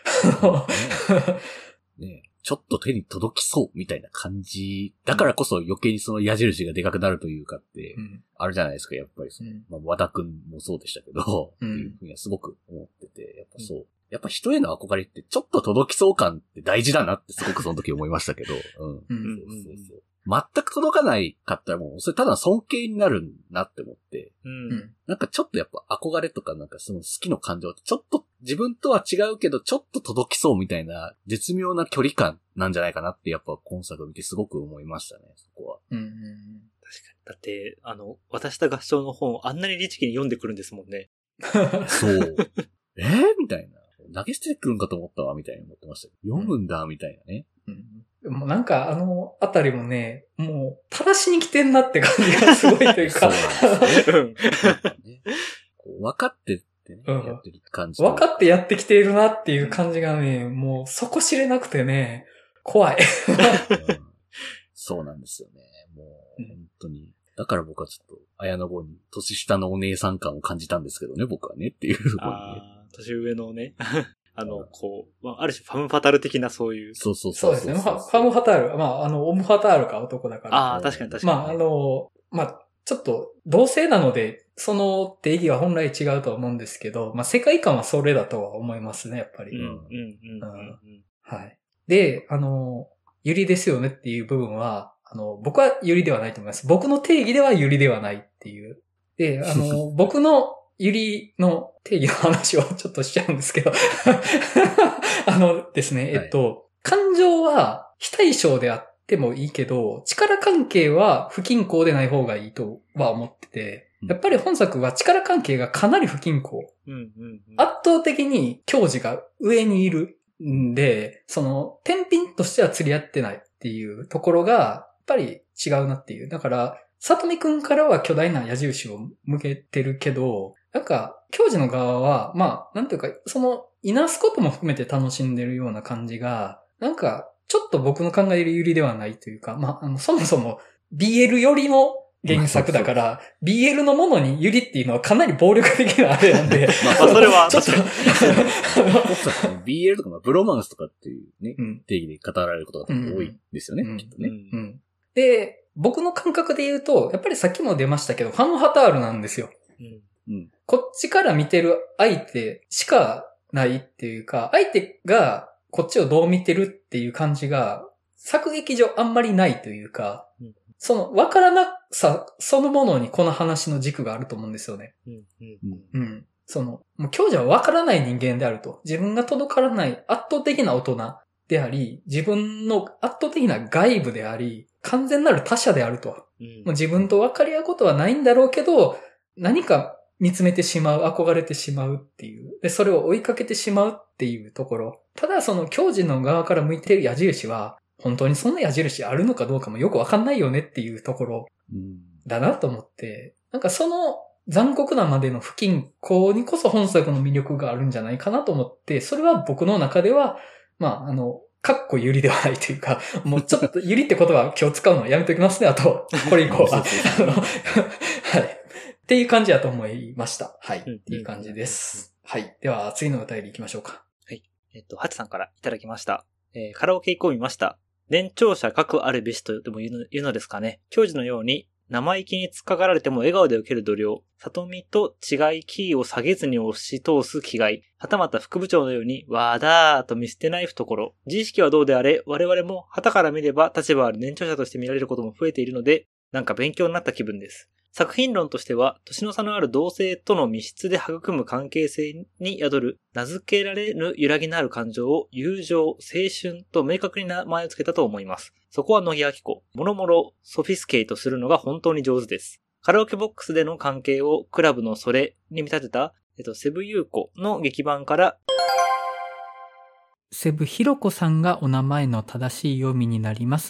ねねちょっと手に届きそうみたいな感じ。だからこそ余計にその矢印がでかくなるというかって、あるじゃないですか、やっぱりその。うん、まあ、和田くんもそうでしたけど、うん、っていうふうにはすごく思ってて、やっぱそう。やっぱ人への憧れってちょっと届きそう感って大事だなってすごくその時思いましたけど、うん。うん、そうそうそう。全く届かないかったらもう、それただの尊敬になるなって思って、うん、なんかちょっとやっぱ憧れとかなんかその好きの感情ってちょっと自分とは違うけどちょっと届きそうみたいな絶妙な距離感なんじゃないかなってやっぱ今作を見てすごく思いましたね、そこは。 うんうん、確かに。だって、あの、渡した合唱の本あんなに律儀に読んでくるんですもんね。 そう。えー、みたいな。投げ捨ててくるんかと思ったわ、みたいに思ってました。読むんだ、みたいなね。 うん、もうなんかあのあたりもね、もう、正しに来てんなって感じがすごいというか。そうなんですね。 分かってってね、うん、やってる感じ。 分かってやってきているなっていう感じがね、もう底知れなくてね、怖い。 うん、そうなんですよね。もう、本当に。だから僕はちょっと、綾野剛に年下のお姉さん感を感じたんですけどね、僕はね、っていうところにね。 年上のね、あの、こう、まあ、ある種ファムファタル的なそういう。 そうそうそう。 そうですね。ファムファタール。まあ、あの、オムファタールか男だから。 ああ、確かに確かに。 まあ、あの、まあ、ちょっと、同性なので、その定義は本来違うとは思うんですけど、まあ、世界観はそれだとは思いますね、やっぱり。うん、うん、うん。はい。で、あの、ユリですよねっていう部分は、あの、僕はユリではないと思います。僕の定義ではユリではないっていう。で、あの、僕のユリの定義の話をちょっとしちゃうんですけど。あのですね、えっと、はい、感情は非対称であってもいいけど、力関係は不均衡でない方がいいとは思ってて、やっぱり本作は力関係がかなり不均衡。うんうんうん、圧倒的に教授が上にいるんで、その、天品としては釣り合ってないっていうところが、やっぱり違うなっていう。だから、さとみくんからは巨大な矢印を向けてるけど、なんか、教授の側は、まあ、なんていうか、その、いなすことも含めて楽しんでるような感じが、なんか、ちょっと僕の考えるユリではないというか、まあ、あの、そもそも ビーエル よりの原作だから、ビーエル のものにユリっていうのはかなり暴力的なあれなんで。 まあ、それは、 ちょっとビーエル とか、ブロマンスとかっていうね、うん、定義で語られることが多いですよね、うん、きっとね、うんうん。 で、僕の感覚で言うと、やっぱりさっきも出ましたけど、ファム・ハタールなんですよ。うん、こっちから見てる相手しかないっていうか、相手がこっちをどう見てるっていう感じが、作劇上あんまりないというか、うん、その分からなさそのものにこの話の軸があると思うんですよね。うんうんうん、その、もう教授は分からない人間であると。自分が届からない圧倒的な大人であり、自分の圧倒的な外部であり、完全なる他者であると。うん、もう自分と分かり合うことはないんだろうけど、何か見つめてしまう、憧れてしまうっていう。で、それを追いかけてしまうっていうところ。ただその教授の側から向いている矢印は、本当にそんな矢印あるのかどうかもよくわかんないよねっていうところだなと思って、なんかその残酷なまでの不均衡にこそ本作の魅力があるんじゃないかなと思って、それは僕の中では、まあ、あの、かっこゆりではないというか、もうちょっとゆりって言葉今日使うのやめときますね。あと、これ以降は。はい。っていう感じだと思いました。はい。っていう感じです。はい。では、次のお便り行きましょうか。 はい。えっと、ハチさんからいただきました。えー、カラオケ行こう見ました。年長者各あるべしとでも言うの、言うのですかね。教授のように、生意気に突っかかられても笑顔で受ける度量、里見と違いキーを下げずに押し通す気概、はたまた副部長のように、わーだーと見捨てない懐。自意識はどうであれ、我々も旗から見れば立場ある年長者として見られることも増えているので、なんか勉強になった気分です。作品論としては、年の差のある同性との密室で育む関係性に宿る、名付けられぬ揺らぎのある感情を友情、青春と明確に名前を付けたと思います。そこは乃木明子。もろもろソフィスケートするのが本当に上手です。カラオケボックスでの関係をクラブのそれに見立てた、えっと、セブ優子の劇版から、 セブひろこさんがお名前の正しい読みになります。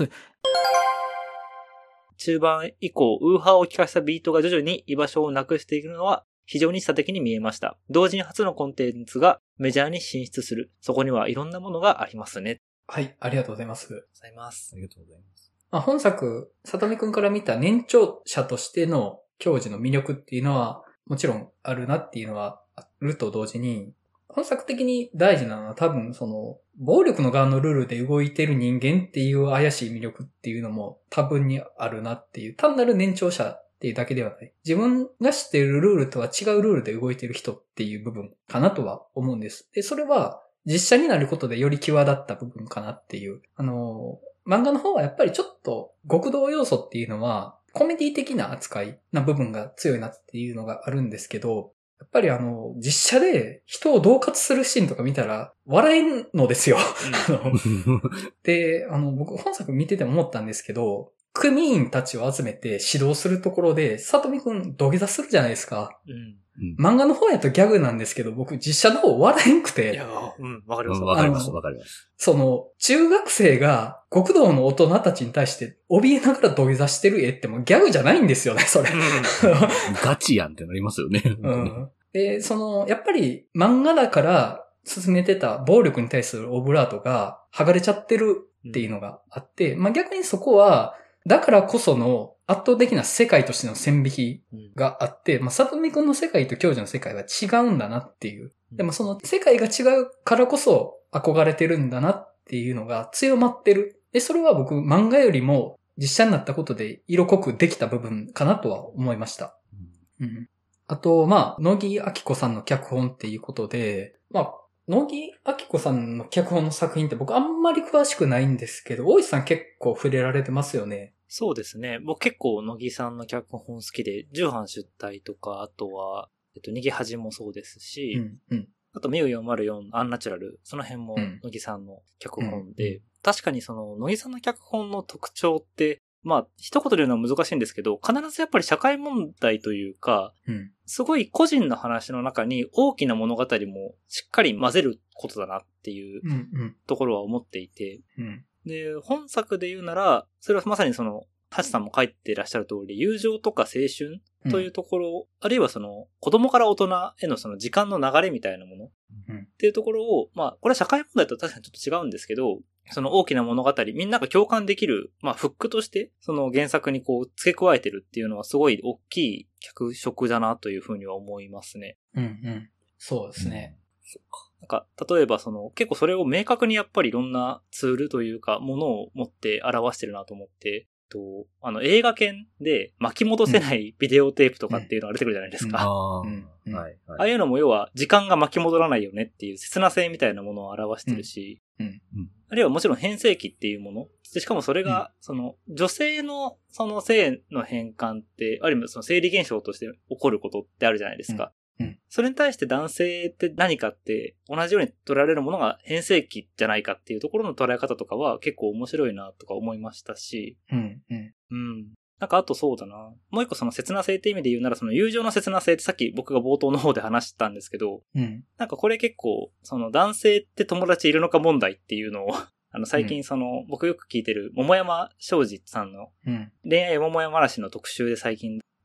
中盤以降、ウーハーを聞かせたビートが徐々に居場所をなくしていくのは非常に差的に見えました。同時に初のコンテンツがメジャーに進出する。そこにはいろんなものがありますね。 はい、ありがとうございます。 ありがとうございます。 ありがとうございます。 まあ、本作、里見くんから見た年長者としての教授の魅力っていうのはもちろんあるなっていうのはあると同時に、本作的に大事なのは多分その暴力の側のルールで動いてる人間っていう怪しい魅力っていうのも多分にあるなっていう、単なる年長者っていうだけではない。自分が知っているルールとは違うルールで動いてる人っていう部分かなとは思うんです。で、それは実写になることでより際立った部分かなっていう。あの、漫画の方はやっぱりちょっと極道要素っていうのはコメディ的な扱いな部分が強いなっていうのがあるんですけど、やっぱりあの、実写で人を恫喝するシーンとか見たら笑えんのですよ。あので、あの、僕本作見てても思ったんですけど、組員たちを集めて指導するところで、里見くん土下座するじゃないですか。 うん漫画の方やとギャグなんですけど、僕実写の方笑えんくて。 いやうん、わかります。 わかります、わかります。 その、中学生が極道の大人たちに対して怯えながら土下座してる絵ってもうギャグじゃないんですよね、それ。 ガチやんってなりますよね。 うん。で、その、やっぱり漫画だから進めてた暴力に対するオブラートが剥がれちゃってるっていうのがあって、うん、まあ逆にそこは、だからこその圧倒的な世界としての線引きがあって、うん、まあ里見くんの世界と教授の世界は違うんだなっていう。でもその世界が違うからこそ憧れてるんだなっていうのが強まってる。で、それは僕漫画よりも実写になったことで色濃くできた部分かなとは思いました。うんうんあと、まあ、乃木明子さんの脚本っていうことで、まあ、乃木明子さんの脚本の作品って僕あんまり詳しくないんですけど、大石さん結構触れられてますよね。 そうですね。僕結構乃木さんの脚本好きで、重版出題とか、あとは、えっと、逃げ恥もそうですし、 うんうん、 あと、ミューよんまるよん、アンナチュラル、その辺も乃木さんの脚本で、うんうん、確かにその乃木さんの脚本の特徴って、まあ、一言で言うのは難しいんですけど、必ずやっぱり社会問題というか、うん、すごい個人の話の中に大きな物語もしっかり混ぜることだなっていうところは思っていて、 うんうん、 で、本作で言うなら、それはまさにその、ハチさんも書いていらっしゃる通り、友情とか青春というところ、うん、あるいはその、子供から大人へのその時間の流れみたいなもの、うん、っていうところを、まあ、これは社会問題と確かにちょっと違うんですけど、その大きな物語、みんなが共感できる、まあ、フックとして、その原作にこう、付け加えてるっていうのはすごい大きい脚色だなというふうには思いますね。 うんうん。そうですね。 うん、そうか。なんか、例えばその、結構それを明確にやっぱりいろんなツールというか、ものを持って表してるなと思って、と、あの、映画犬で巻き戻せないビデオテープとかっていうのが出てくるじゃないですか。 うんうんうん、あ, はいはい、 ああいうのも要は、時間が巻き戻らないよねっていう切な性みたいなものを表してるし、 うんうんあるいはもちろん変性期っていうもの。しかもそれが、その、女性のその性の変換って、ある意味その生理現象として起こることってあるじゃないですか。 うんうん、 それに対して男性って何かって同じように捉えられるものが変性期じゃないかっていうところの捉え方とかは結構面白いなとか思いましたし。 うんうん。 うん。なんかあとそうだな。もう一個その切な性って意味で言うならその友情の切な性ってさっき僕が冒頭の方で話したんですけど、 うん、 なんかこれ結構その男性って友達いるのか問題っていうのをあの最近その、うん、僕よく聞いてる桃山庄司さんの恋愛桃山話の特集で最近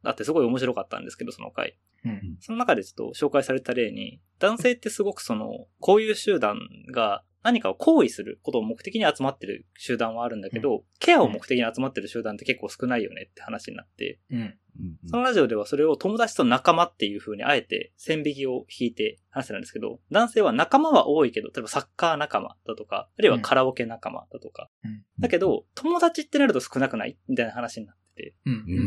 あってすごい面白かったんですけど、その回。 うん。 その中でちょっと紹介された例に、男性ってすごくその、こういう集団が何かを行為することを目的に集まってる集団はあるんだけど、うん、ケアを目的に集まってる集団って結構少ないよねって話になって、 うん。 そのラジオではそれを友達と仲間っていう風にあえて線引きを引いて話してるんですけど、男性は仲間は多いけど、例えばサッカー仲間だとか、あるいはカラオケ仲間だとか。 うん、 だけど、友達ってなると少なくないみたいな話になってて。 うん。うん。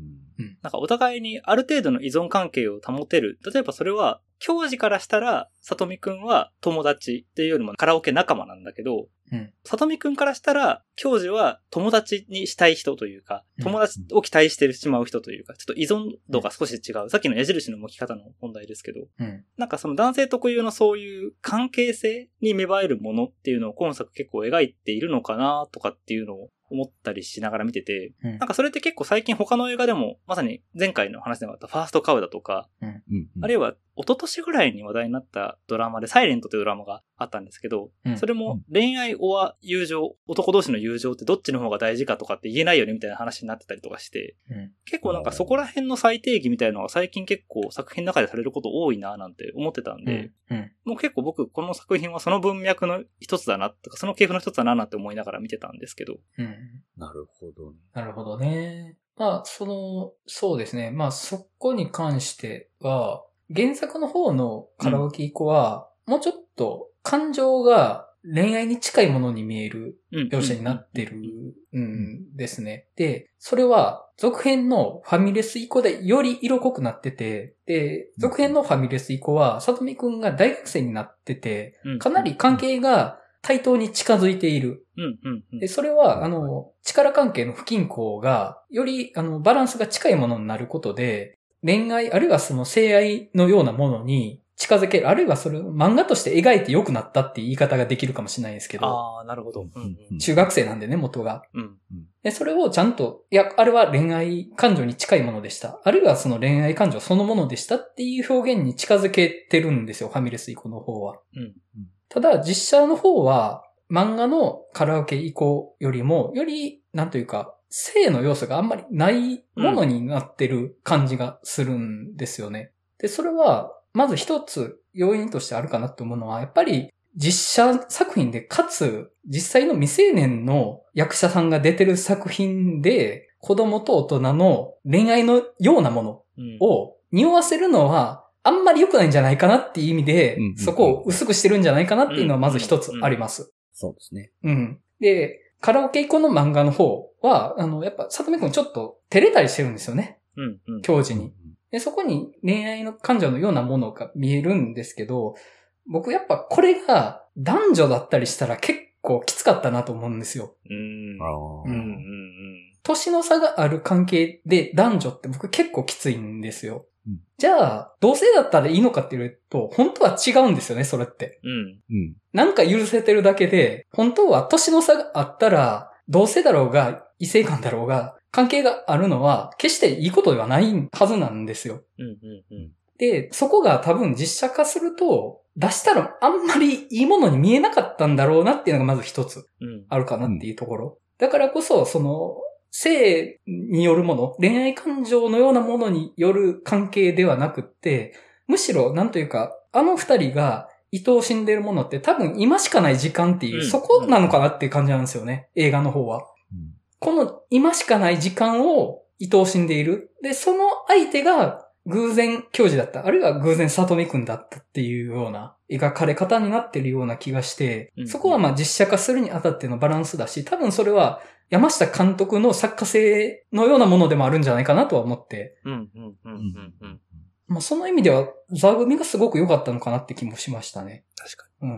なんかお互いにある程度の依存関係を保てる。例えばそれは、教授からしたら、さとみくんは友達っていうよりもカラオケ仲間なんだけど、 うん、 さとみくんからしたら、教授は友達にしたい人というか、友達を期待してしまう人というか、ちょっと依存度が少し違う。さっきの矢印の向き方の問題ですけど、 うん、 なんかその男性特有のそういう関係性に芽生えるものっていうのを今作結構描いているのかなとかっていうのを思ったりしながら見てて、うん、なんかそれって結構最近他の映画でも、まさに前回の話でもあったファーストカウだとか、 うん、 あるいは一昨年ぐらいに話題になったドラマでサイレントというドラマがあったんですけど、うん、それも恋愛オア友情、男同士の友情ってどっちの方が大事かとかって言えないよねみたいな話になってたりとかして、 うん、 結構なんかそこら辺の再定義みたいなのが最近結構作品の中でされること多いななんて思ってたんで、 うんうん、 もう結構僕この作品はその文脈の一つだなとか、その系譜の一つだななんて思いながら見てたんですけど。 うん、 なるほどね。 なるほどね。まあ、その、そうですね。まあ、そこに関しては、原作の方のカラオケ以降は、うん、もうちょっと感情が恋愛に近いものに見える描写になってるんですね。で、それは続編のファミレス以降でより色濃くなってて、で、続編のファミレス以降は、さとみくんが大学生になってて、かなり関係が対等に近づいている。で、それは、あの、力関係の不均衡が、より、あの、バランスが近いものになることで、恋愛、あるいはその性愛のようなものに近づける、あるいはそれを漫画として描いて良くなったっていう言い方ができるかもしれないですけど。 ああ、なるほど、 うんうん。中学生なんでね、元が。 うん、 で。それをちゃんと、いや、あれは恋愛感情に近いものでした。あるいはその恋愛感情そのものでしたっていう表現に近づけてるんですよ、ファミレス以降の方は。 うん、 ただ、実写の方は、漫画のカラオケ以降よりも、より、なんというか、性の要素があんまりないものになってる感じがするんですよね。で、それは、まず一つ要因としてあるかなと思うのは、やっぱり実写作品で、かつ実際の未成年の役者さんが出てる作品で、子供と大人の恋愛のようなものを匂わせるのは、あんまり良くないんじゃないかなっていう意味で、うんうんうん、そこを薄くしてるんじゃないかなっていうのはまず一つあります。 うんうんうん、そうですね。 うん。で、カラオケ以降の漫画の方は、あの、やっぱ、さとみくんちょっと照れたりしてるんですよね。 うんうん。 教授に。で、そこに恋愛の感情のようなものが見えるんですけど、僕やっぱこれが男女だったりしたら結構きつかったなと思うんですよ。 うーん。 うん。 うんうん。 年の差がある関係で男女って僕結構きついんですよ。 うん、 じゃあ、同性だったらいいのかっていうと、本当は違うんですよね、それって。 うん。 うん。 なんか許せてるだけで、本当は年の差があったら、同性だろうが、異性間だろうが、関係があるのは、決していいことではないはずなんですよ。 うんうんうん。 で、そこが多分実写化すると、出したらあんまりいいものに見えなかったんだろうなっていうのがまず一つあるかなっていうところ。うん、だからこそ、その、性によるもの、恋愛感情のようなものによる関係ではなくって、むしろ、なんというか、あの二人が愛おしんでるものって多分今しかない時間っていう、うん、そこなのかなっていう感じなんですよね、映画の方は。 うん、 この今しかない時間を愛おしんでいる。で、その相手が偶然教授だった。あるいは偶然里見くんだったっていうような描かれ方になってるような気がして、うん、そこはまあ実写化するにあたってのバランスだし、多分それは山下監督の作家性のようなものでもあるんじゃないかなとは思って。 うんうんうんうんうん。 まあその意味では座組がすごく良かったのかなって気もしましたね。 確かに。うん。 うん。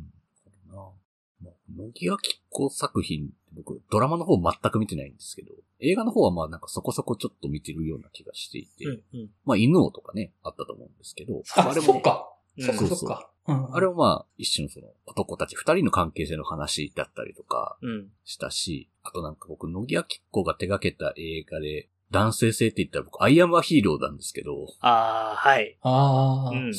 乃木明子作品、僕、ドラマの方全く見てないんですけど、映画の方はまあなんかそこそこちょっと見てるような気がしていて、 うんうん、 まあ犬王とかね、あったと思うんですけど、 あ、あれもそっか。 うん、 そっかそっか。うん、 あれもまあ一種のその男たち二人の関係性の話だったりとかしたし、うん、あとなんか僕、乃木明子が手掛けた映画で、男性性って言ったら僕、アイアムアヒーローなんですけど。 ああ、はい。 ああ、 うん。そう。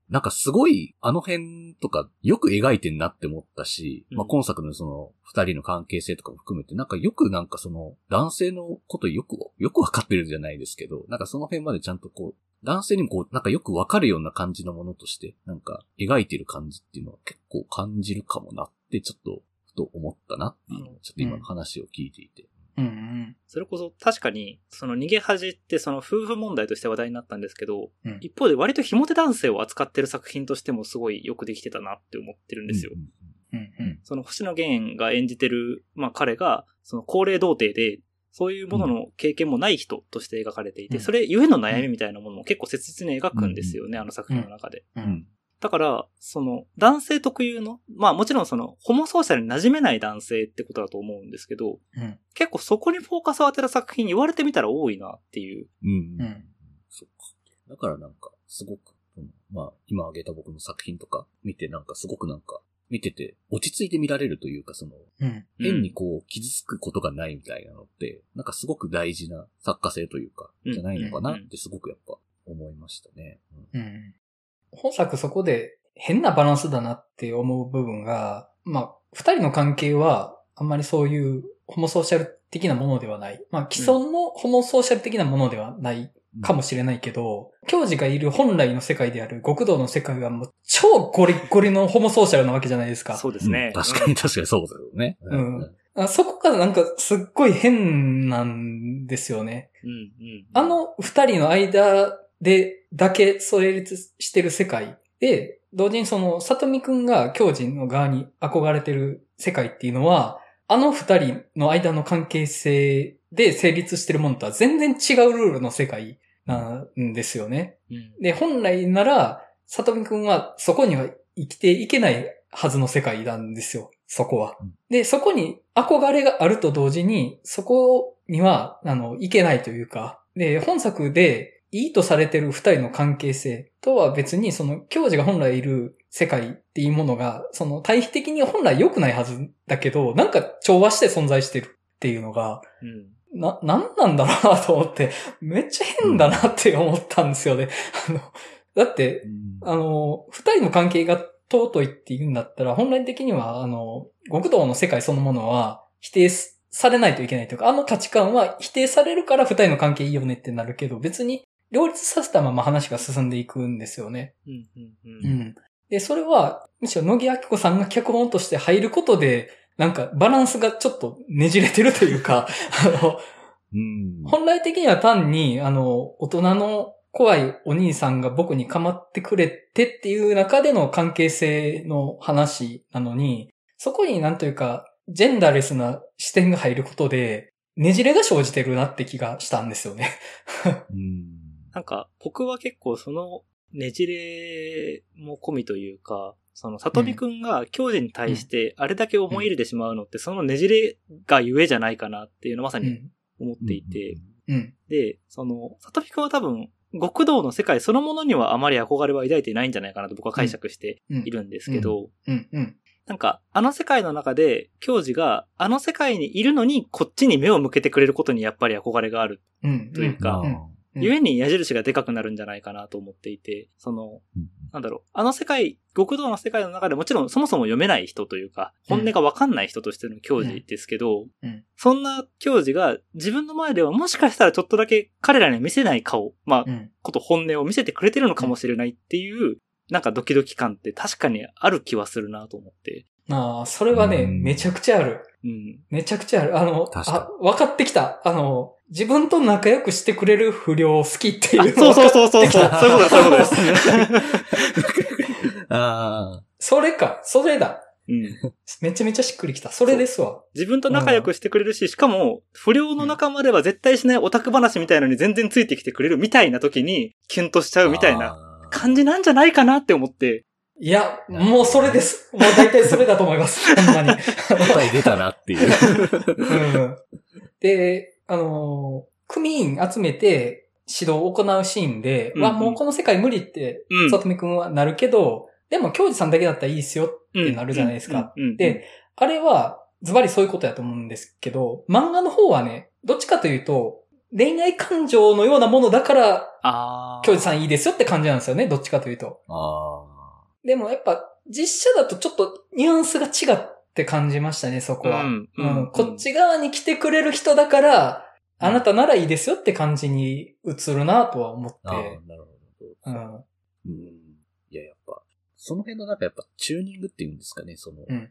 なんかすごい、あの辺とかよく描いてんなって思ったし、うん、まあ今作のその二人の関係性とかも含めて、なんかよくなんかその男性のことよく、よくわかってるじゃないですけど、なんかその辺までちゃんとこう、男性にもこう、なんかよくわかるような感じのものとして、なんか描いてる感じっていうのは結構感じるかもなってちょっと、ふと思ったなっていうのをちょっと今の話を聞いていて。 うんうん、 それこそ確かに、その逃げ恥ってその夫婦問題として話題になったんですけど、 うん、 一方で割とひも手男性を扱ってる作品としてもすごいよくできてたなって思ってるんですよ。 うんうんうん、 その星野源が演じてる、まあ彼が、その高齢童貞で、そういうものの経験もない人として描かれていて、うん、それゆえの悩みみたいなものも結構切実に描くんですよね、うん、あの作品の中で。 うんうんだから、その、男性特有の、まあもちろんその、ホモソーシャルに馴染めない男性ってことだと思うんですけど、 うん、 結構そこにフォーカスを当てた作品言われてみたら多いなっていう。 うん。うんうんそっか。だからなんか、すごく、まあ、今挙げた僕の作品とか見てなんかすごくなんか、見てて落ち着いて見られるというか、その、 うん、 変にこう、傷つくことがないみたいなのって、なんかすごく大事な作家性というか、じゃないのかなってすごくやっぱ思いましたね。 うん。うん本作そこで変なバランスだなって思う部分が、まあ、二人の関係はあんまりそういうホモソーシャル的なものではない。まあ、既存のホモソーシャル的なものではないかもしれないけど、うん、教授がいる本来の世界である極道の世界はもう超ゴリゴリのホモソーシャルなわけじゃないですか。 そうですね。 うん、確かに確かにそうだよね。 うん。うん、そこからなんかすっごい変なんですよね。 うんうん、 あの二人の間でだけ成立してる世界で、同時にその、里見くんが教授の側に憧れてる世界っていうのは、あの二人の間の関係性で成立してるものとは全然違うルールの世界なんですよね。 うん、 で、本来なら、里見くんはそこには生きていけないはずの世界なんですよ。そこは。で、そこに憧れがあると同時に、そこには、あの、いけないというか、で、本作で、いいとされてる二人の関係性とは別に、その、教授が本来いる世界っていうものが、その、対比的に本来良くないはずだけど、なんか調和して存在してるっていうのが、 うん、 な、なんなんだろうなと思って、めっちゃ変だなって思ったんですよね。あの、だって、うん、あの、二人の関係が尊いって言うんだったら、本来的には、あの、極道の世界そのものは否定されないといけないというか、あの価値観は否定されるから二人の関係いいよねってなるけど、別に、両立させたまま話が進んでいくんですよね。 うんうんうんうん、で、それは、むしろ野木明子さんが脚本として入ることで、なんかバランスがちょっとねじれてるというか、あの、 うん、 本来的には単に、あの、大人の怖いお兄さんが僕に構ってくれてっていう中での関係性の話なのに、そこになんというか、ジェンダーレスな視点が入ることで、ねじれが生じてるなって気がしたんですよね。 うんなんか、僕は結構そのねじれも込みというか、その、里見くんが教授に対してあれだけ思い入れてしまうのって、そのねじれがゆえじゃないかなっていうのをまさに思っていて、 うんうん、 で、その、里見くんは多分、極道の世界そのものにはあまり憧れは抱いていないんじゃないかなと僕は解釈しているんですけど、なんか、あの世界の中で、教授があの世界にいるのにこっちに目を向けてくれることにやっぱり憧れがあるというか、 うんうんゆえに矢印がでかくなるんじゃないかなと思っていて、その、なんだろう、あの世界、極道の世界の中でもちろんそもそも読めない人というか、本音がわかんない人としての教授ですけど、 うんうん、 そんな教授が自分の前ではもしかしたらちょっとだけ彼らに見せない顔、まあ、うん、こと本音を見せてくれてるのかもしれないっていう、なんかドキドキ感って確かにある気はするなと思って。 ああ、それはね、うん、めちゃくちゃある。 うん。 めちゃくちゃある。あの、あ、分かってきた。あの、自分と仲良くしてくれる不良好きっていうそうそうそうそう。そういうことだ、そういうことです。 ああ。 それか、それだ。 うん。 めちゃめちゃしっくりきた。それですわ。 自分と仲良くしてくれるし、うん、しかも、不良の仲間では絶対しないオタク話みたいのに全然ついてきてくれるみたいな時に、キュンとしちゃうみたいな感じなんじゃないかなって思って。 いや、もうそれです。もう大体それだと思います。ほんまに。 答え出たなっていう、 うん。で、あのー、組員集めて指導を行うシーンで、うんうん、わ、もうこの世界無理って、里見くんはなるけど、でも教授さんだけだったらいいですよってなるじゃないですか。で、あれはズバリそういうことやと思うんですけど、漫画の方はね、どっちかというと、 恋愛感情のようなものだから、 ああ。 京二さんいいですよって感じなんですよね、どっちかというと。 ああ。 でもやっぱ、実写だとちょっとニュアンスが違って感じましたね、そこは。 うん。 ううんん、こっち側に来てくれる人だから、あなたならいいですよって感じに映るなとは思って。 ああ、なるほど。 うん。 うん。いや、やっぱ、その辺のなんかやっぱチューニングっていうんですかね、その、 うん。 うん。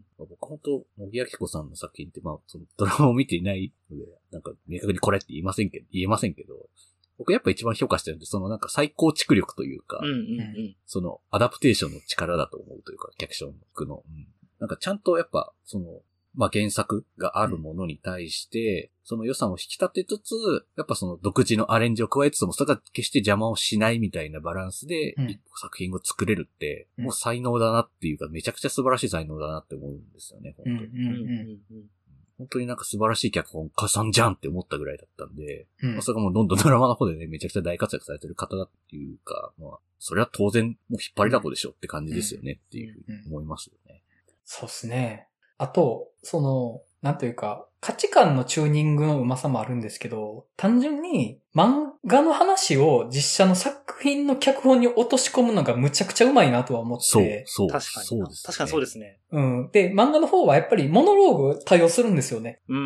僕本当、野木明子さんの作品って、まあ、そのドラマを見ていないので、なんか明確にこれって言いませんけど、言えませんけど、僕やっぱ一番評価してるんで、そのなんか再構築力というか、 うんうんうん、 そのアダプテーションの力だと思うというか、脚色の、うん、なんかちゃんとやっぱ、その、まあ、原作があるものに対して、その良さを引き立てつつ、やっぱその独自のアレンジを加えつつも、それが決して邪魔をしないみたいなバランスで、一個作品を作れるって、うん、もう才能だなっていうか、めちゃくちゃ素晴らしい才能だなって思うんですよね、本当に。うんうんうん、本当になんか素晴らしい脚本家さんじゃんって思ったぐらいだったんで、うんまあ、それがもうどんどんドラマの方でね、めちゃくちゃ大活躍されてる方だっていうか、まあ、それは当然もう引っ張りだこでしょって感じですよねっていうふうに思いますよね。 そうですね。あと、その、なんというか、価値観のチューニングのうまさもあるんですけど、単純に漫画の話を実写の作品の脚本に落とし込むのがむちゃくちゃうまいなとは思って。 そう、そう。 確かに。 そうです、ね。 確かにそうですね。 うん。で、漫画の方はやっぱりモノローグ対応するんですよね。 うん。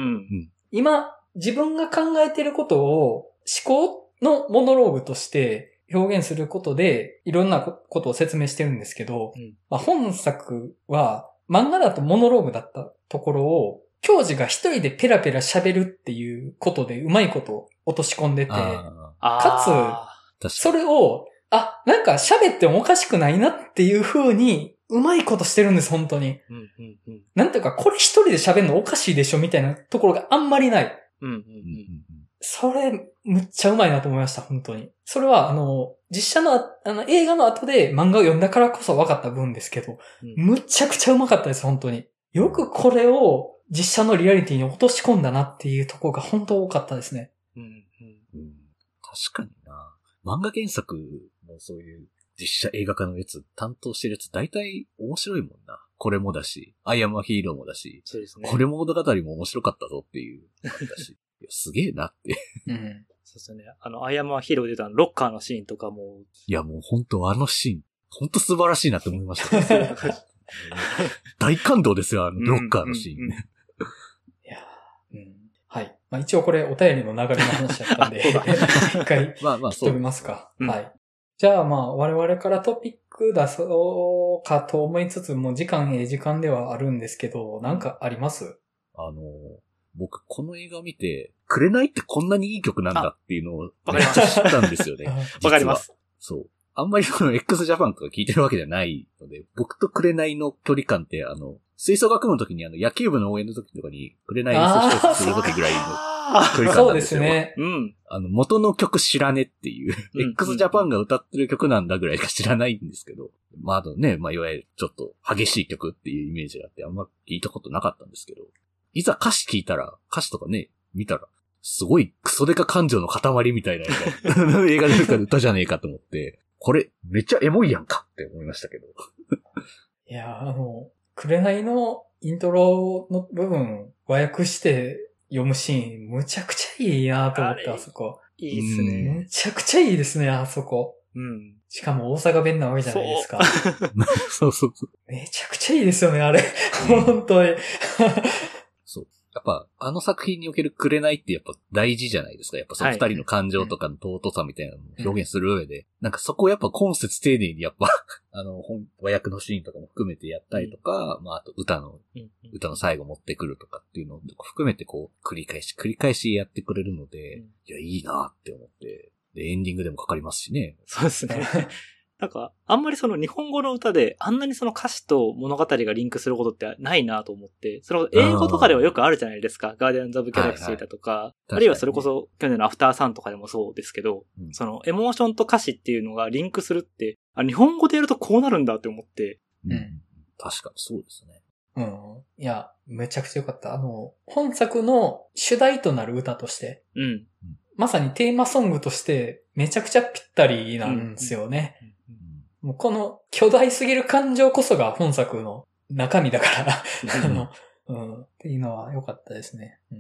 今、自分が考えてることを思考のモノローグとして表現することで、いろんなことを説明してるんですけど、うんまあ、本作は、漫画だとモノローグだったところを、教授が一人でペラペラ喋るっていうことでうまいことを落とし込んでて、かつ、それを、あ、なんか喋ってもおかしくないなっていう風に、うまいことしてるんです、本当に。うんうんうん、なんていうか、これ一人で喋るのおかしいでしょみたいなところがあんまりない。うんうんうん、それ、むっちゃうまいなと思いました、本当に。それは、あの、実写の、あの、映画の後で漫画を読んだからこそ分かった分ですけど、うん、むちゃくちゃうまかったです、本当に。よくこれを実写のリアリティに落とし込んだなっていうところが本当多かったですね。うんうんうん、確かにな。漫画原作のそういう実写映画化のやつ、担当してるやつ大体面白いもんな。これもだし、アイアムアヒーローもだし、 そうですね、 これも物語も面白かったぞっていう感じだし。いやすげえなって。 うん。そうですね。あの、アイアムアヒーローで言うとロッカーのシーンとかも。 いやもう本当あのシーン、本当素晴らしいなって思いましたね。大感動ですよ、あのロッカーのシーン。うんうんうん、いや、うん、はい。まあ一応これお便りの流れの話だったんで、一回まあまあ聞いてみますか。うん、はい。じゃあまあ我々からトピック出そうかと思いつつも時間ええ時間ではあるんですけど、なんかあります？ あの、僕この映画を見て、紅ってこんなにいい曲なんだっていうのをめっちゃ知ったんですよね。 わかります。 そう。あんまりその x ジャパンとか聞いてるわけじゃないので、僕と紅の距離感って、あの、吹奏楽部の時にあの野球部の応援の時とかに紅演奏したりする時ぐらいの距離感なんですよ。 そうですね。 うん。 あの、元の曲知らねっていう、うん、x ジャパンが歌ってる曲なんだぐらいしか知らないんですけど、まああとね、まあいわゆるちょっと激しい曲っていうイメージがあってあんま聞いたことなかったんですけど、いざ歌詞聞いたら、歌詞とかね、見たら、すごいクソデカ感情の塊みたいな映画で出た歌じゃねえかと思って、これ、めっちゃエモいやんかって思いましたけど。 いや、あの、紅のイントロの部分、和訳して読むシーン、むちゃくちゃいいなと思って、あそこ。 いいっすね。 むちゃくちゃいいですね、あそこ。うん。しかも大阪弁なわけじゃないですか。 そうそうそう。 めちゃくちゃいいですよね、あれ。本当に。 そう。やっぱ、あの作品における紅ってやっぱ大事じゃないですか。やっぱその二人の感情とかの尊さみたいなのを表現する上で、うん、なんかそこをやっぱ今節丁寧にやっぱ、あの、和訳のシーンとかも含めてやったりとか、うん、まああと歌の、うん、歌の最後持ってくるとかっていうのを含めてこう、繰り返し繰り返しやってくれるので、うん、いや、いいなって思って、で、エンディングでもかかりますしね。 そうですね。なんか、あんまりその日本語の歌であんなにその歌詞と物語がリンクすることってないなと思って、その英語とかではよくあるじゃないですか。ガーディアンズ・オブ・ギャラクシーだとか、はいはい、あるいはそれこそ去年のアフターサンとかでもそうですけど、うん、そのエモーションと歌詞っていうのがリンクするって、あ、日本語でやるとこうなるんだって思って。 うん。確かにそうですね。 うん。いや、めちゃくちゃよかった。あの、本作の主題となる歌として、うん。まさにテーマソングとしてめちゃくちゃぴったりなんですよね。うんうんもうこの巨大すぎる感情こそが本作の中身だからあの、うん、っていうのは良かったですね。うん、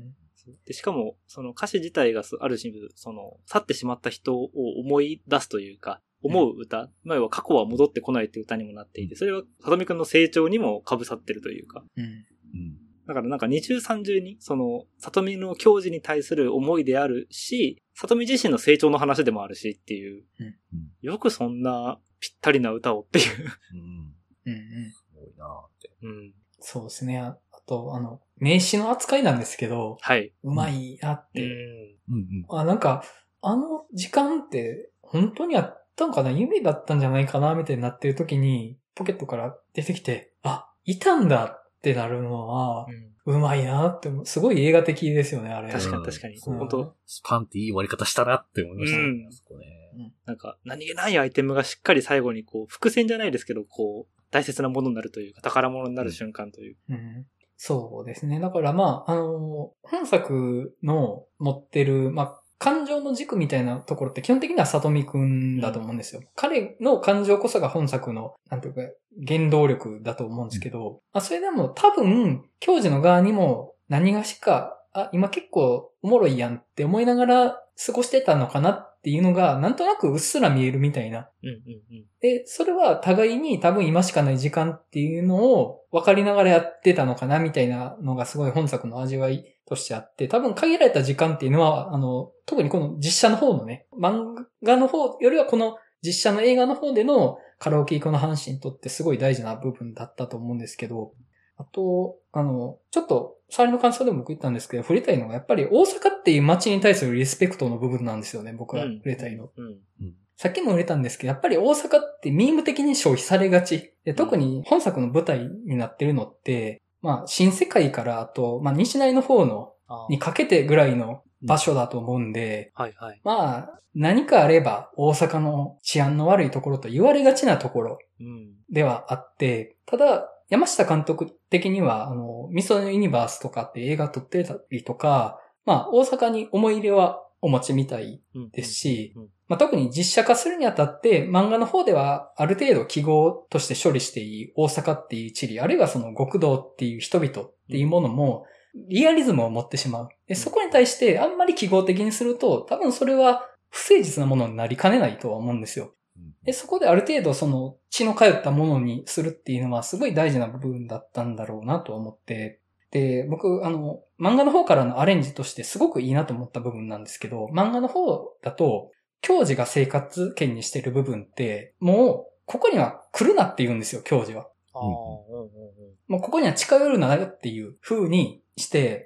で、しかも、その歌詞自体がある種、その、去ってしまった人を思い出すというか、思う歌、前は過去は戻ってこないって歌にもなっていて、それはさとみくんの成長にも被さってるというか。 うん。 うんだからなんか二重三重に、その、さとみの教授に対する思いであるし、さとみ自身の成長の話でもあるしっていう。 うん、 よくそんなぴったりな歌をっていう。 うん。 うんうん。 すごいなーって。 うん。 そうですね。あと、あの、名詞の扱いなんですけど、 はい。 うまいなって。 うん。 うんあ、なんか、あの時間って本当にあったのかな、夢だったんじゃないかなみたいになってる時に、ポケットから出てきて、あ、いたんだってなるのは、うまいなって、すごい映画的ですよね、あれ。 確かに確かに。 うん、 本当スパンっていい終わり方したなって思いましたね。 うんあそこね。 なんか、何気ないアイテムがしっかり最後にこう、伏線じゃないですけど、こう、大切なものになるというか、宝物になる瞬間という。 うんうんそうですね。だからまあ、あの、本作の持ってる、まあ、感情の軸みたいなところって基本的にはさとみくんだと思うんですよ。うん、彼の感情こそが本作の、なんていうか、原動力だと思うんですけど、うん、まあ、それでも多分、教授の側にも何がしか、あ、今結構おもろいやんって思いながら過ごしてたのかなっていうのが、なんとなくうっすら見えるみたいな。 うんうんうん、 で、それは互いに多分今しかない時間っていうのを分かりながらやってたのかなみたいなのがすごい本作の味わいとしてあって、多分限られた時間っていうのは、あの、特にこの実写の方のね、漫画の方よりはこの実写の映画の方でのカラオケイコの阪神にとってすごい大事な部分だったと思うんですけど、あと、あの、ちょっと、触りの感想でも僕言ったんですけど、触れたいのがやっぱり大阪っていう街に対するリスペクトの部分なんですよね、僕は触れたいの。 うんうんうん、 さっきも触れたんですけど、やっぱり大阪ってミーム的に消費されがち。で特に本作の舞台になってるのって、まあ、新世界からあと、まあ、西成の方の、にかけてぐらいの場所だと思うんで、 うんはいはい、 まあ、何かあれば大阪の治安の悪いところと言われがちなところではあって、ただ、山下監督的には、あの、ミソのユニバースとかって映画撮ってたりとか、まあ、大阪に思い入れはお持ちみたいですし、うんうんうんまあ、特に実写化するにあたって、漫画の方ではある程度記号として処理していい大阪っていう地理、あるいはその極道っていう人々っていうものも、リアリズムを持ってしまう。でそこに対してあんまり記号的にすると、多分それは不誠実なものになりかねないとは思うんですよ。で、そこである程度その血の通ったものにするっていうのはすごい大事な部分だったんだろうなと思って、で、僕、あの、漫画の方からのアレンジとしてすごくいいなと思った部分なんですけど、漫画の方だと、教授が生活圏にしてる部分って、もう、ここには来るなって言うんですよ、教授は。 あうん、もうここには近寄るなよっていう風にして、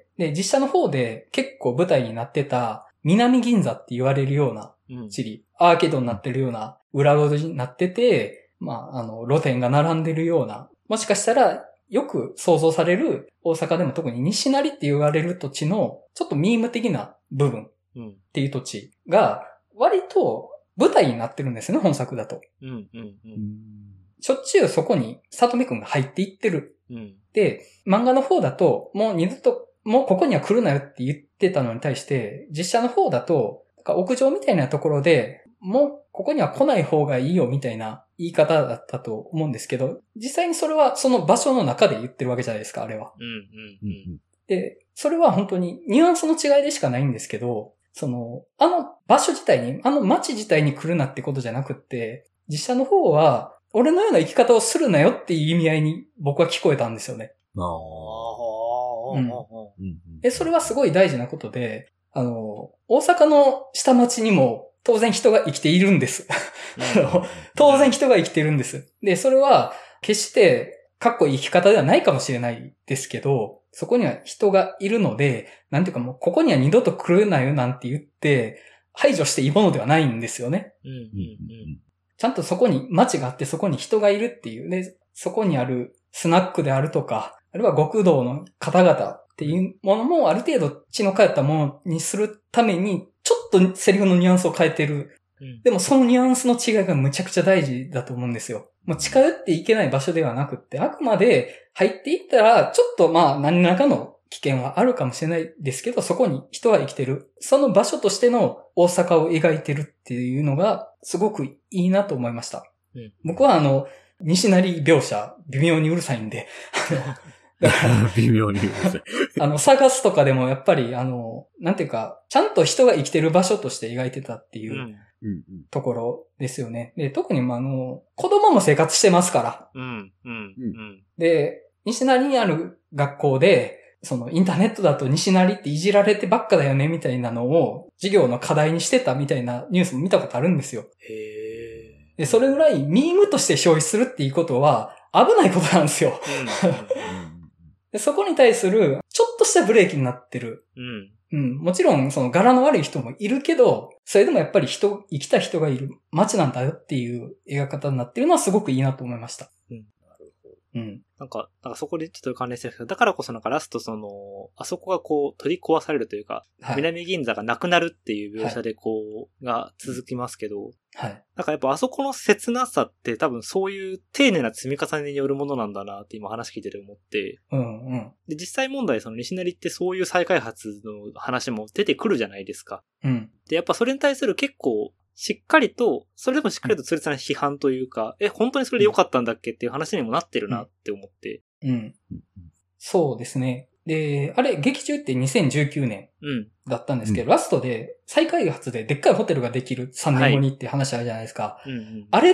で、実写の方で結構舞台になってた、南銀座って言われるような地理、うん、アーケードになってるような裏路地になってて、まあ、あの、露店が並んでるような、もしかしたら、よく想像される大阪でも特に西成って言われる土地のちょっとミーム的な部分っていう土地が割と舞台になってるんですね、本作だと。 うんうんうん、 しょっちゅうそこに里見くんが入っていってる。 うん、で、 漫画の方だともう二度ともうここには来るなよって言ってたのに対して実写の方だと屋上みたいなところでもうここには来ない方がいいよみたいな言い方だったと思うんですけど、実際にそれはその場所の中で言ってるわけじゃないですか、あれは。 うんうんうん、 で、それは本当にニュアンスの違いでしかないんですけど、その、あの場所自体に、あの街自体に来るなってことじゃなくって、実写の方は、俺のような生き方をするなよっていう意味合いに僕は聞こえたんですよね。 あうん、で、それはすごい大事なことで、あの、大阪の下町にも当然人が生きているんです。あの当然人が生きてるんです。で、それは決してかっこいい生き方ではないかもしれないですけど、そこには人がいるので、なんていうかもうここには二度と来るなよなんて言って排除していいものではないんですよね。 うんうんうん、 ちゃんとそこに街があってそこに人がいるっていうね、そこにあるスナックであるとか、あるいは極道の方々っていうものもある程度血の通ったものにするために、ちょっとセリフのニュアンスを変えてる。うん、でもそのニュアンスの違いがむちゃくちゃ大事だと思うんですよ。もう近寄っていけない場所ではなくって、あくまで入っていったら、ちょっとまあ何らかの危険はあるかもしれないですけど、そこに人は生きてる。その場所としての大阪を描いてるっていうのが、すごくいいなと思いました。うん、僕はあの、西成描写、微妙にうるさいんで、あの、 微妙にうるさい。 あの、探すとかでもやっぱり、あの、なんていうか、ちゃんと人が生きてる場所として描いてたっていううんうんうんところですよね。で、特に、まあ、あの、子供も生活してますから。 うん。うん。うん。 で、西成にある学校で、そのインターネットだと西成っていじられてばっかだよねみたいなのを授業の課題にしてたみたいなニュースも見たことあるんですよ。 へえ。 で、それぐらいミームとして消費するっていうことは危ないことなんですよ。 うん。 で、そこに対するちょっとしたブレーキになってる。 うん。 うん。もちろんその柄の悪い人もいるけど、それでもやっぱり人、生きた人がいる街なんだよっていう描き方になってるのはすごくいいなと思いました。うん。 なんか、なんかそこでちょっと関連してるんですけど、だからこそなんかラストその、あそこがこう取り壊されるというか、 はい。 南銀座がなくなるっていう描写でこう、が続きますけど、 はい。 なんかやっぱあそこの切なさって多分そういう丁寧な積み重ねによるものなんだなって今話聞いてて思って、 うんうん。 で、実際問題その西成ってそういう再開発の話も出てくるじゃないですか。 うん。 で、やっぱそれに対する結構、しっかりと、それでもしっかりと痛烈な批判というか、え、本当にそれで良かったんだっけっていう話にもなってるなって思って。 うん。そうですね。で、あれ、劇中ってにせんじゅうきゅうねうん。 んだったんですけど、 うんラストで再開発ででっかいホテルができるさんねんごにって話あるじゃないですか。 うんうん。 あれって、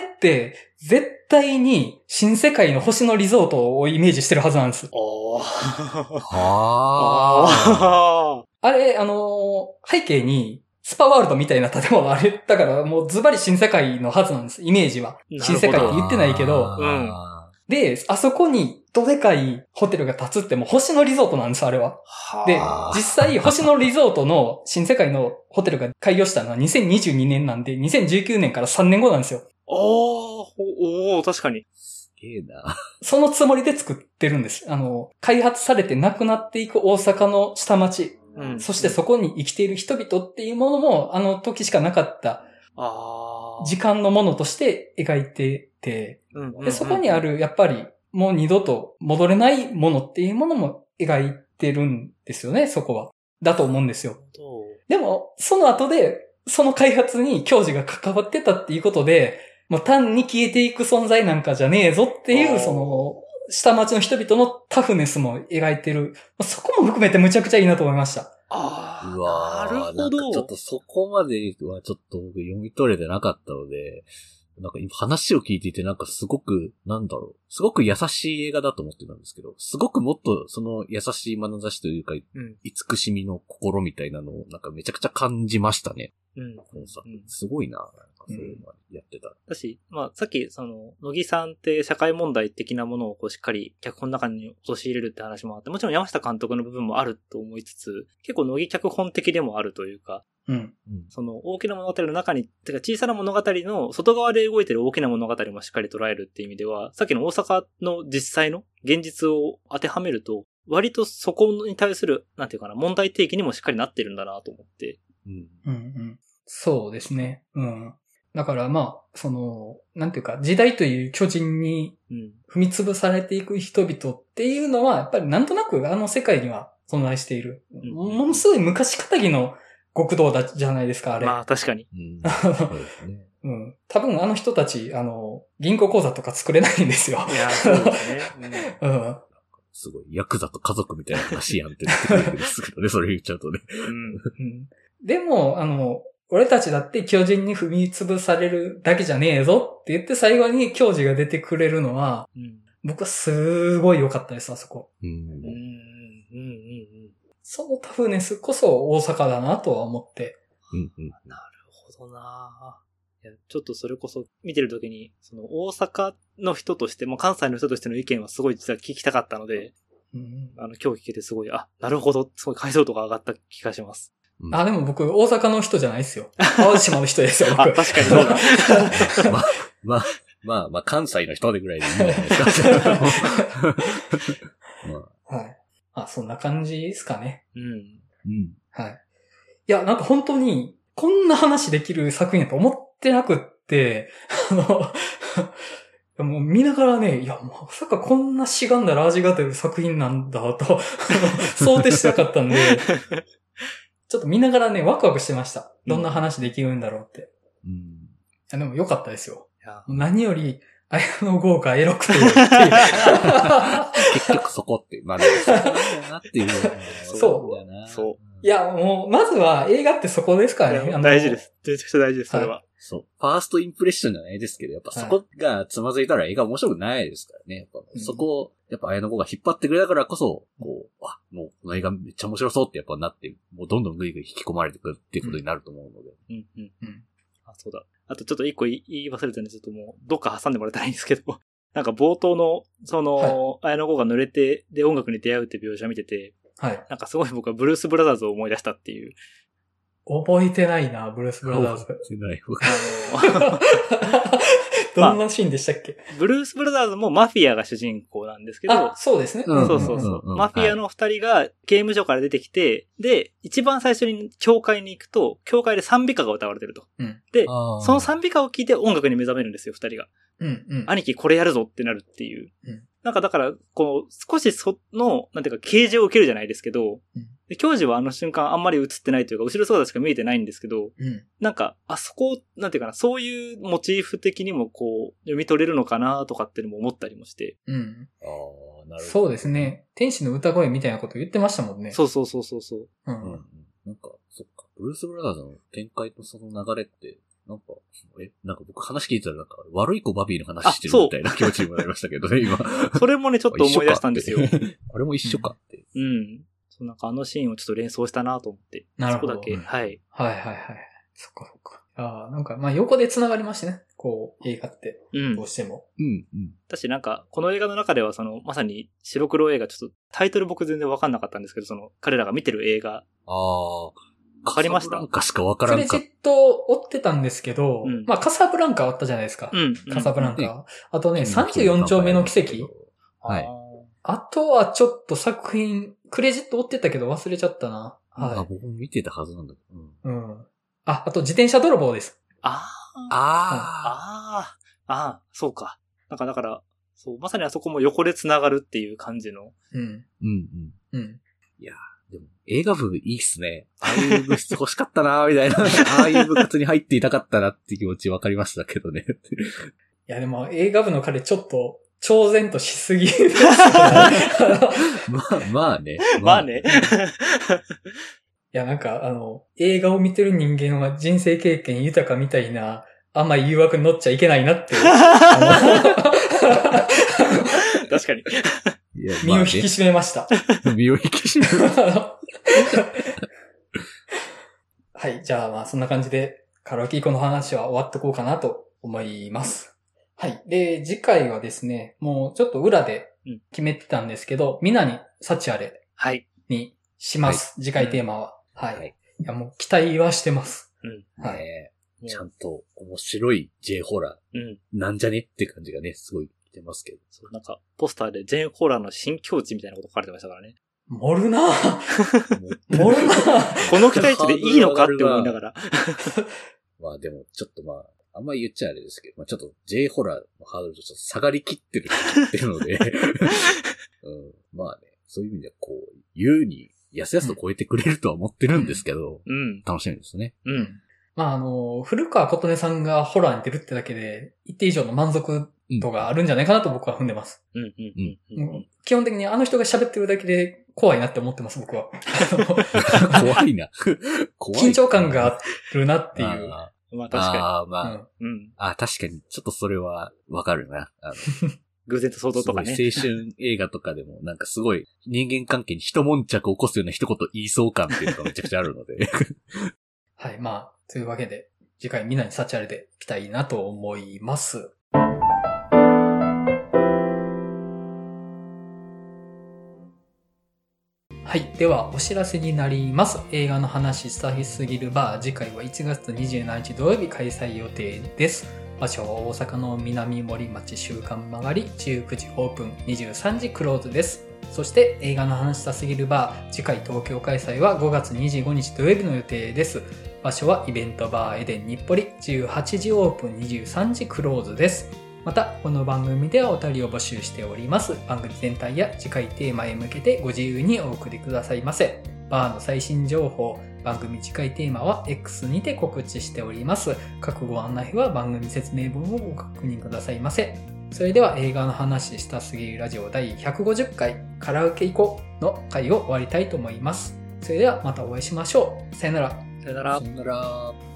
絶対に新世界の星野リゾートをイメージしてるはずなんです。 おー。 はあ。 ああれ、あのー背景に、スパワールドみたいな建物あれ、だからもうズバリ新世界のはずなんです、イメージは。 なるほど新世界って言ってないけど。 あで、あそこにどでかいホテルが建つってもう星野リゾートなんです、あれは。 ー。 ではー、 実際、星野リゾートの新世界のホテルが開業したのはにせんにじゅうにねんなんで、にせんじゅうきゅうねんからさんねんごなんですよ。 おー、おー、確かに。 すげえな。 そのつもりで作ってるんです。あの、開発されてなくなっていく大阪の下町、 うん。 そしてそこに生きている人々っていうものも、あの時しかなかったあー。 時間のものとして描いてて、 うんうんうん、 で、そこにある、やっぱり、もう二度と戻れないものっていうものも描いてるんですよね、そこは。だと思うんですよ。 と、 でも、その後で、その開発に教授が関わってたっていうことで、もう単に消えていく存在なんかじゃねえぞっていう、 あーその、下町の人々のタフネスも描いてる。そこも含めてむちゃくちゃいいなと思いました。 あー。 うわーなるほど。 なんかちょっとそこまではちょっと僕読み取れてなかったので、なんか今話を聞いていてなんかすごく、なんだろう、すごく優しい映画だと思ってたんですけど、すごくもっとその優しい眼差しというか、 うん。 慈しみの心みたいなのをなんかめちゃくちゃ感じましたね。 うん。 この作うんすごいな、なんかそういうのやってたら。 だし、まあ、さっき、その、乃木さんって社会問題的なものをこうしっかり脚本の中に落とし入れるって話もあって、もちろん山下監督の部分もあると思いつつ、結構乃木脚本的でもあるというか、 うん。 うんその大きな物語の中に、てか小さな物語の外側で動いてる大きな物語もしっかり捉えるっていう意味では、さっきの大阪の実際の現実を当てはめると、割とそこに対する、なんていうかな、問題提起にもしっかりなってるんだなと思って。 うんうんうん。そうですね。うん。だからまあ、その、なんていうか、時代という巨人にうん。 踏み潰されていく人々っていうのは、やっぱりなんとなくあの世界には存在している。 んものすごい昔かたぎの極道だじゃないですか、あれ。 まあ確かに。 うんそうですね。 うん。多分あの人たち、あの、銀行口座とか作れないんですよ。 いや、そうですね。 うん。 すごい、ヤクザと家族みたいな話やんって言ってくれるんですけどね、それ言っちゃうとね。 うん。 うんでも、あの、俺たちだって巨人に踏み潰されるだけじゃねえぞって言って最後に教授が出てくれるのは、 うん。 僕はすごい良かったです、あそこ。 うんうん。うん。うん。 そのタフネスこそ大阪だなとは思って。 うんうんなるほどなぁ。いや、ちょっとそれこそ見てるときに、その大阪の人として、もう関西の人としての意見はすごい実は聞きたかったので、 うんあの、今日聞けてすごい、あ、なるほど、すごい解像度が上がった気がします。 うんあ、でも僕、大阪の人じゃないですよ。淡路島の人ですよ、僕。 あ、確かにそうだ。 まあ、まあ、まあ、まあ、関西の人でぐらいでいいんじゃないですか。まあ、 はい。あ、そんな感じですかね。 うん。 うん。 はい。いや、なんか本当に、こんな話できる作品だと思ってなくって、あの、もう見ながらね、いや、まさかこんなしがんだら味が出る作品なんだと、想定してなかったんで、ちょっと見ながらね、ワクワクしてました。どんな話できるんだろうって。 うん。 いやでも良かったですよ。 いや、 何より、 綾野剛がエロくてっていう。 結局そこって、まあ、ね、そうなんだよなっていう。 そうなんだよな。 そう。 いや、もう、まずは映画ってそこですからね。 大事です。めちゃくちゃ大事です、それは。 はい、 そう。ファーストインプレッションじゃないですけど、やっぱそこがつまずいたら映画面白くないですからね。やっぱそこを、やっぱ綾野剛が引っ張ってくれたからこそ、こう、あ、もうこの映画めっちゃ面白そうってやっぱなって、もうどんどんグイグイ引き込まれてくるっていうことになると思うので。 うん、うん、うん。あ、そうだ。あとちょっと一個言い忘れたんで、ちょっともう、どっか挟んでもらいたらいいんですけど、なんか冒頭の、その、はい、綾野剛が濡れて、で音楽に出会うって描写見てて、 はい。 なんかすごい僕はブルース・ブラザーズを思い出したっていう。 覚えてないな、ブルース・ブラザーズ。 覚えてない。 あのどんなシーンでしたっけ、 まあ、ブルース・ブラザーズもマフィアが主人公なんですけど。 あ、そうですね。 そうそうそう。うんうんうん、マフィアの二人が刑務所から出てきて、はい、で、一番最初に教会に行くと、教会で賛美歌が歌われてると。うん、で、その賛美歌を聴いて音楽に目覚めるんですよ、二人が。うんうん、兄貴これやるぞってなるっていう。うん、なんかだから、こう、少しその、なんていうか、啓示を受けるじゃないですけど、うん、で教授はあの瞬間あんまり映ってないというか、後ろ姿しか見えてないんですけど、うん、なんか、あそこ、なんていうかな、そういうモチーフ的にもこう、読み取れるのかなとかっていうのも思ったりもして。 うん。ああ、なるほど。そうですね。天使の歌声みたいなこと言ってましたもんね。 そうそうそうそうそう。 うん。うん、なんか、そっか、ブルース・ブラザーズの展開とその流れって、なんか、え、なんか僕話聞いてたらなんか、悪い子バビーの話してるみたいな気持ちにもなりましたけどね、今。 それもね、ちょっと思い出したんですよ。 あれも一緒かって。 うん。うん、そうなんかあのシーンをちょっと連想したなと思って。なるほど。そこだけ。はい。 はいはいはい。そっかそっか。ああ、なんか、まあ横で繋がりましてね。こう、映画って。うん。どうしても。 うんうん。 私なんか、この映画の中ではその、まさに白黒映画、ちょっとタイトル僕全然わかんなかったんですけど、その、彼らが見てる映画。 ああ。 わかりました？ カサブランカしかわからんか。 クレジット追ってたんですけど、うん、まあカサブランカあったじゃないですか。 うん。 カサブランカ。うん、あとね、さんじゅうよん丁目の奇跡。 はい。 あとはちょっと作品、クレジット追ってたけど忘れちゃったな。はい。 あ、僕も見てたはずなんだけど。 うん。うん。あ、あと自転車泥棒です。 ああ。ああ。ああ、そうか。なんかだから、そう、まさにあそこも横で繋がるっていう感じの。 うん。 うんうん。うん。いやでも、映画部いいっすね。ああいう部室欲しかったなみたいな。ああいう部活に入っていたかったなって気持ち分かりましたけどね。 いやでも映画部の彼ちょっと、超然としすぎる。 まあ、まあね。 まあね。 いやなんかあの、映画を見てる人間は人生経験豊かみたいな、あんまり誘惑に乗っちゃいけないなって。 確かに。 いや身を引き締めました。 身を引き締めました。 はい。じゃあまあそんな感じでカラオケ以降の話は終わってこうかなと思います。はい。で、次回はですね、もうちょっと裏で決めてたんですけど、みなに幸あれにします。はい、次回テーマは。はい。はい、いやもう期待はしてます。 うん。 はい。 ね、ちゃんと面白い J ホラー、うん、なんじゃねって感じがね、すごい出ますけど。 そう、なんか、ポスターで J ホラーの新境地みたいなこと書かれてましたからね。 盛るなぁ。盛るなぁ。 この期待値でいいのかって思いながら。 まあでも、ちょっとまあ、あんまり言っちゃあれですけど、まあちょっと J ホラーのハードルとちょっと下がりきってるっていうので、うん、まあね、そういう意味ではこう、優に、やすやすと超えてくれるとは思ってるんですけど、 うん、 楽しみですね。 うん。 まああの、古川琴音さんがホラーに出るってだけで、一定以上の満足度があるんじゃないかなと僕は踏んでます。 うんうんうんうん、 基本的にあの人が喋ってるだけで怖いなって思ってます、僕は。 怖いな。 怖い。緊張感があるなっていう。 あまあ確かに。 あまあ、 うん。 あ確かに、ちょっとそれはわかるな。あの偶然と想像とかね。 青春映画とかでもなんかすごい人間関係に一悶着起こすような一言言いそう感っていうのがめちゃくちゃあるので。 はい、まあ、というわけで、次回みんなに幸あれでいきたいなと思います。はい。では、お知らせになります。映画の話したいすぎるバー、次回はいちがつにじゅうしちにち土曜日開催予定です。場所は大阪の南森町週刊曲がり、じゅうくじオープン、にじゅうさんじクローズです。そして映画の話したすぎるバー、次回東京開催はごがつにじゅうごにち土曜日の予定です。場所はイベントバーエデン日暮里、じゅうはちじオープン、にじゅうさんじクローズです。また、この番組ではお便りを募集しております。番組全体や次回テーマへ向けてご自由にお送りくださいませ。バーの最新情報、番組次回テーマは X にて告知しております。各ご案内は番組説明文をご確認くださいませ。 それでは映画の話したすぎるラジオ第ひゃくごじゅっかいカラオケ行こうの回を終わりたいと思います。それではまたお会いしましょう。さよなら。 さよなら。 さよなら。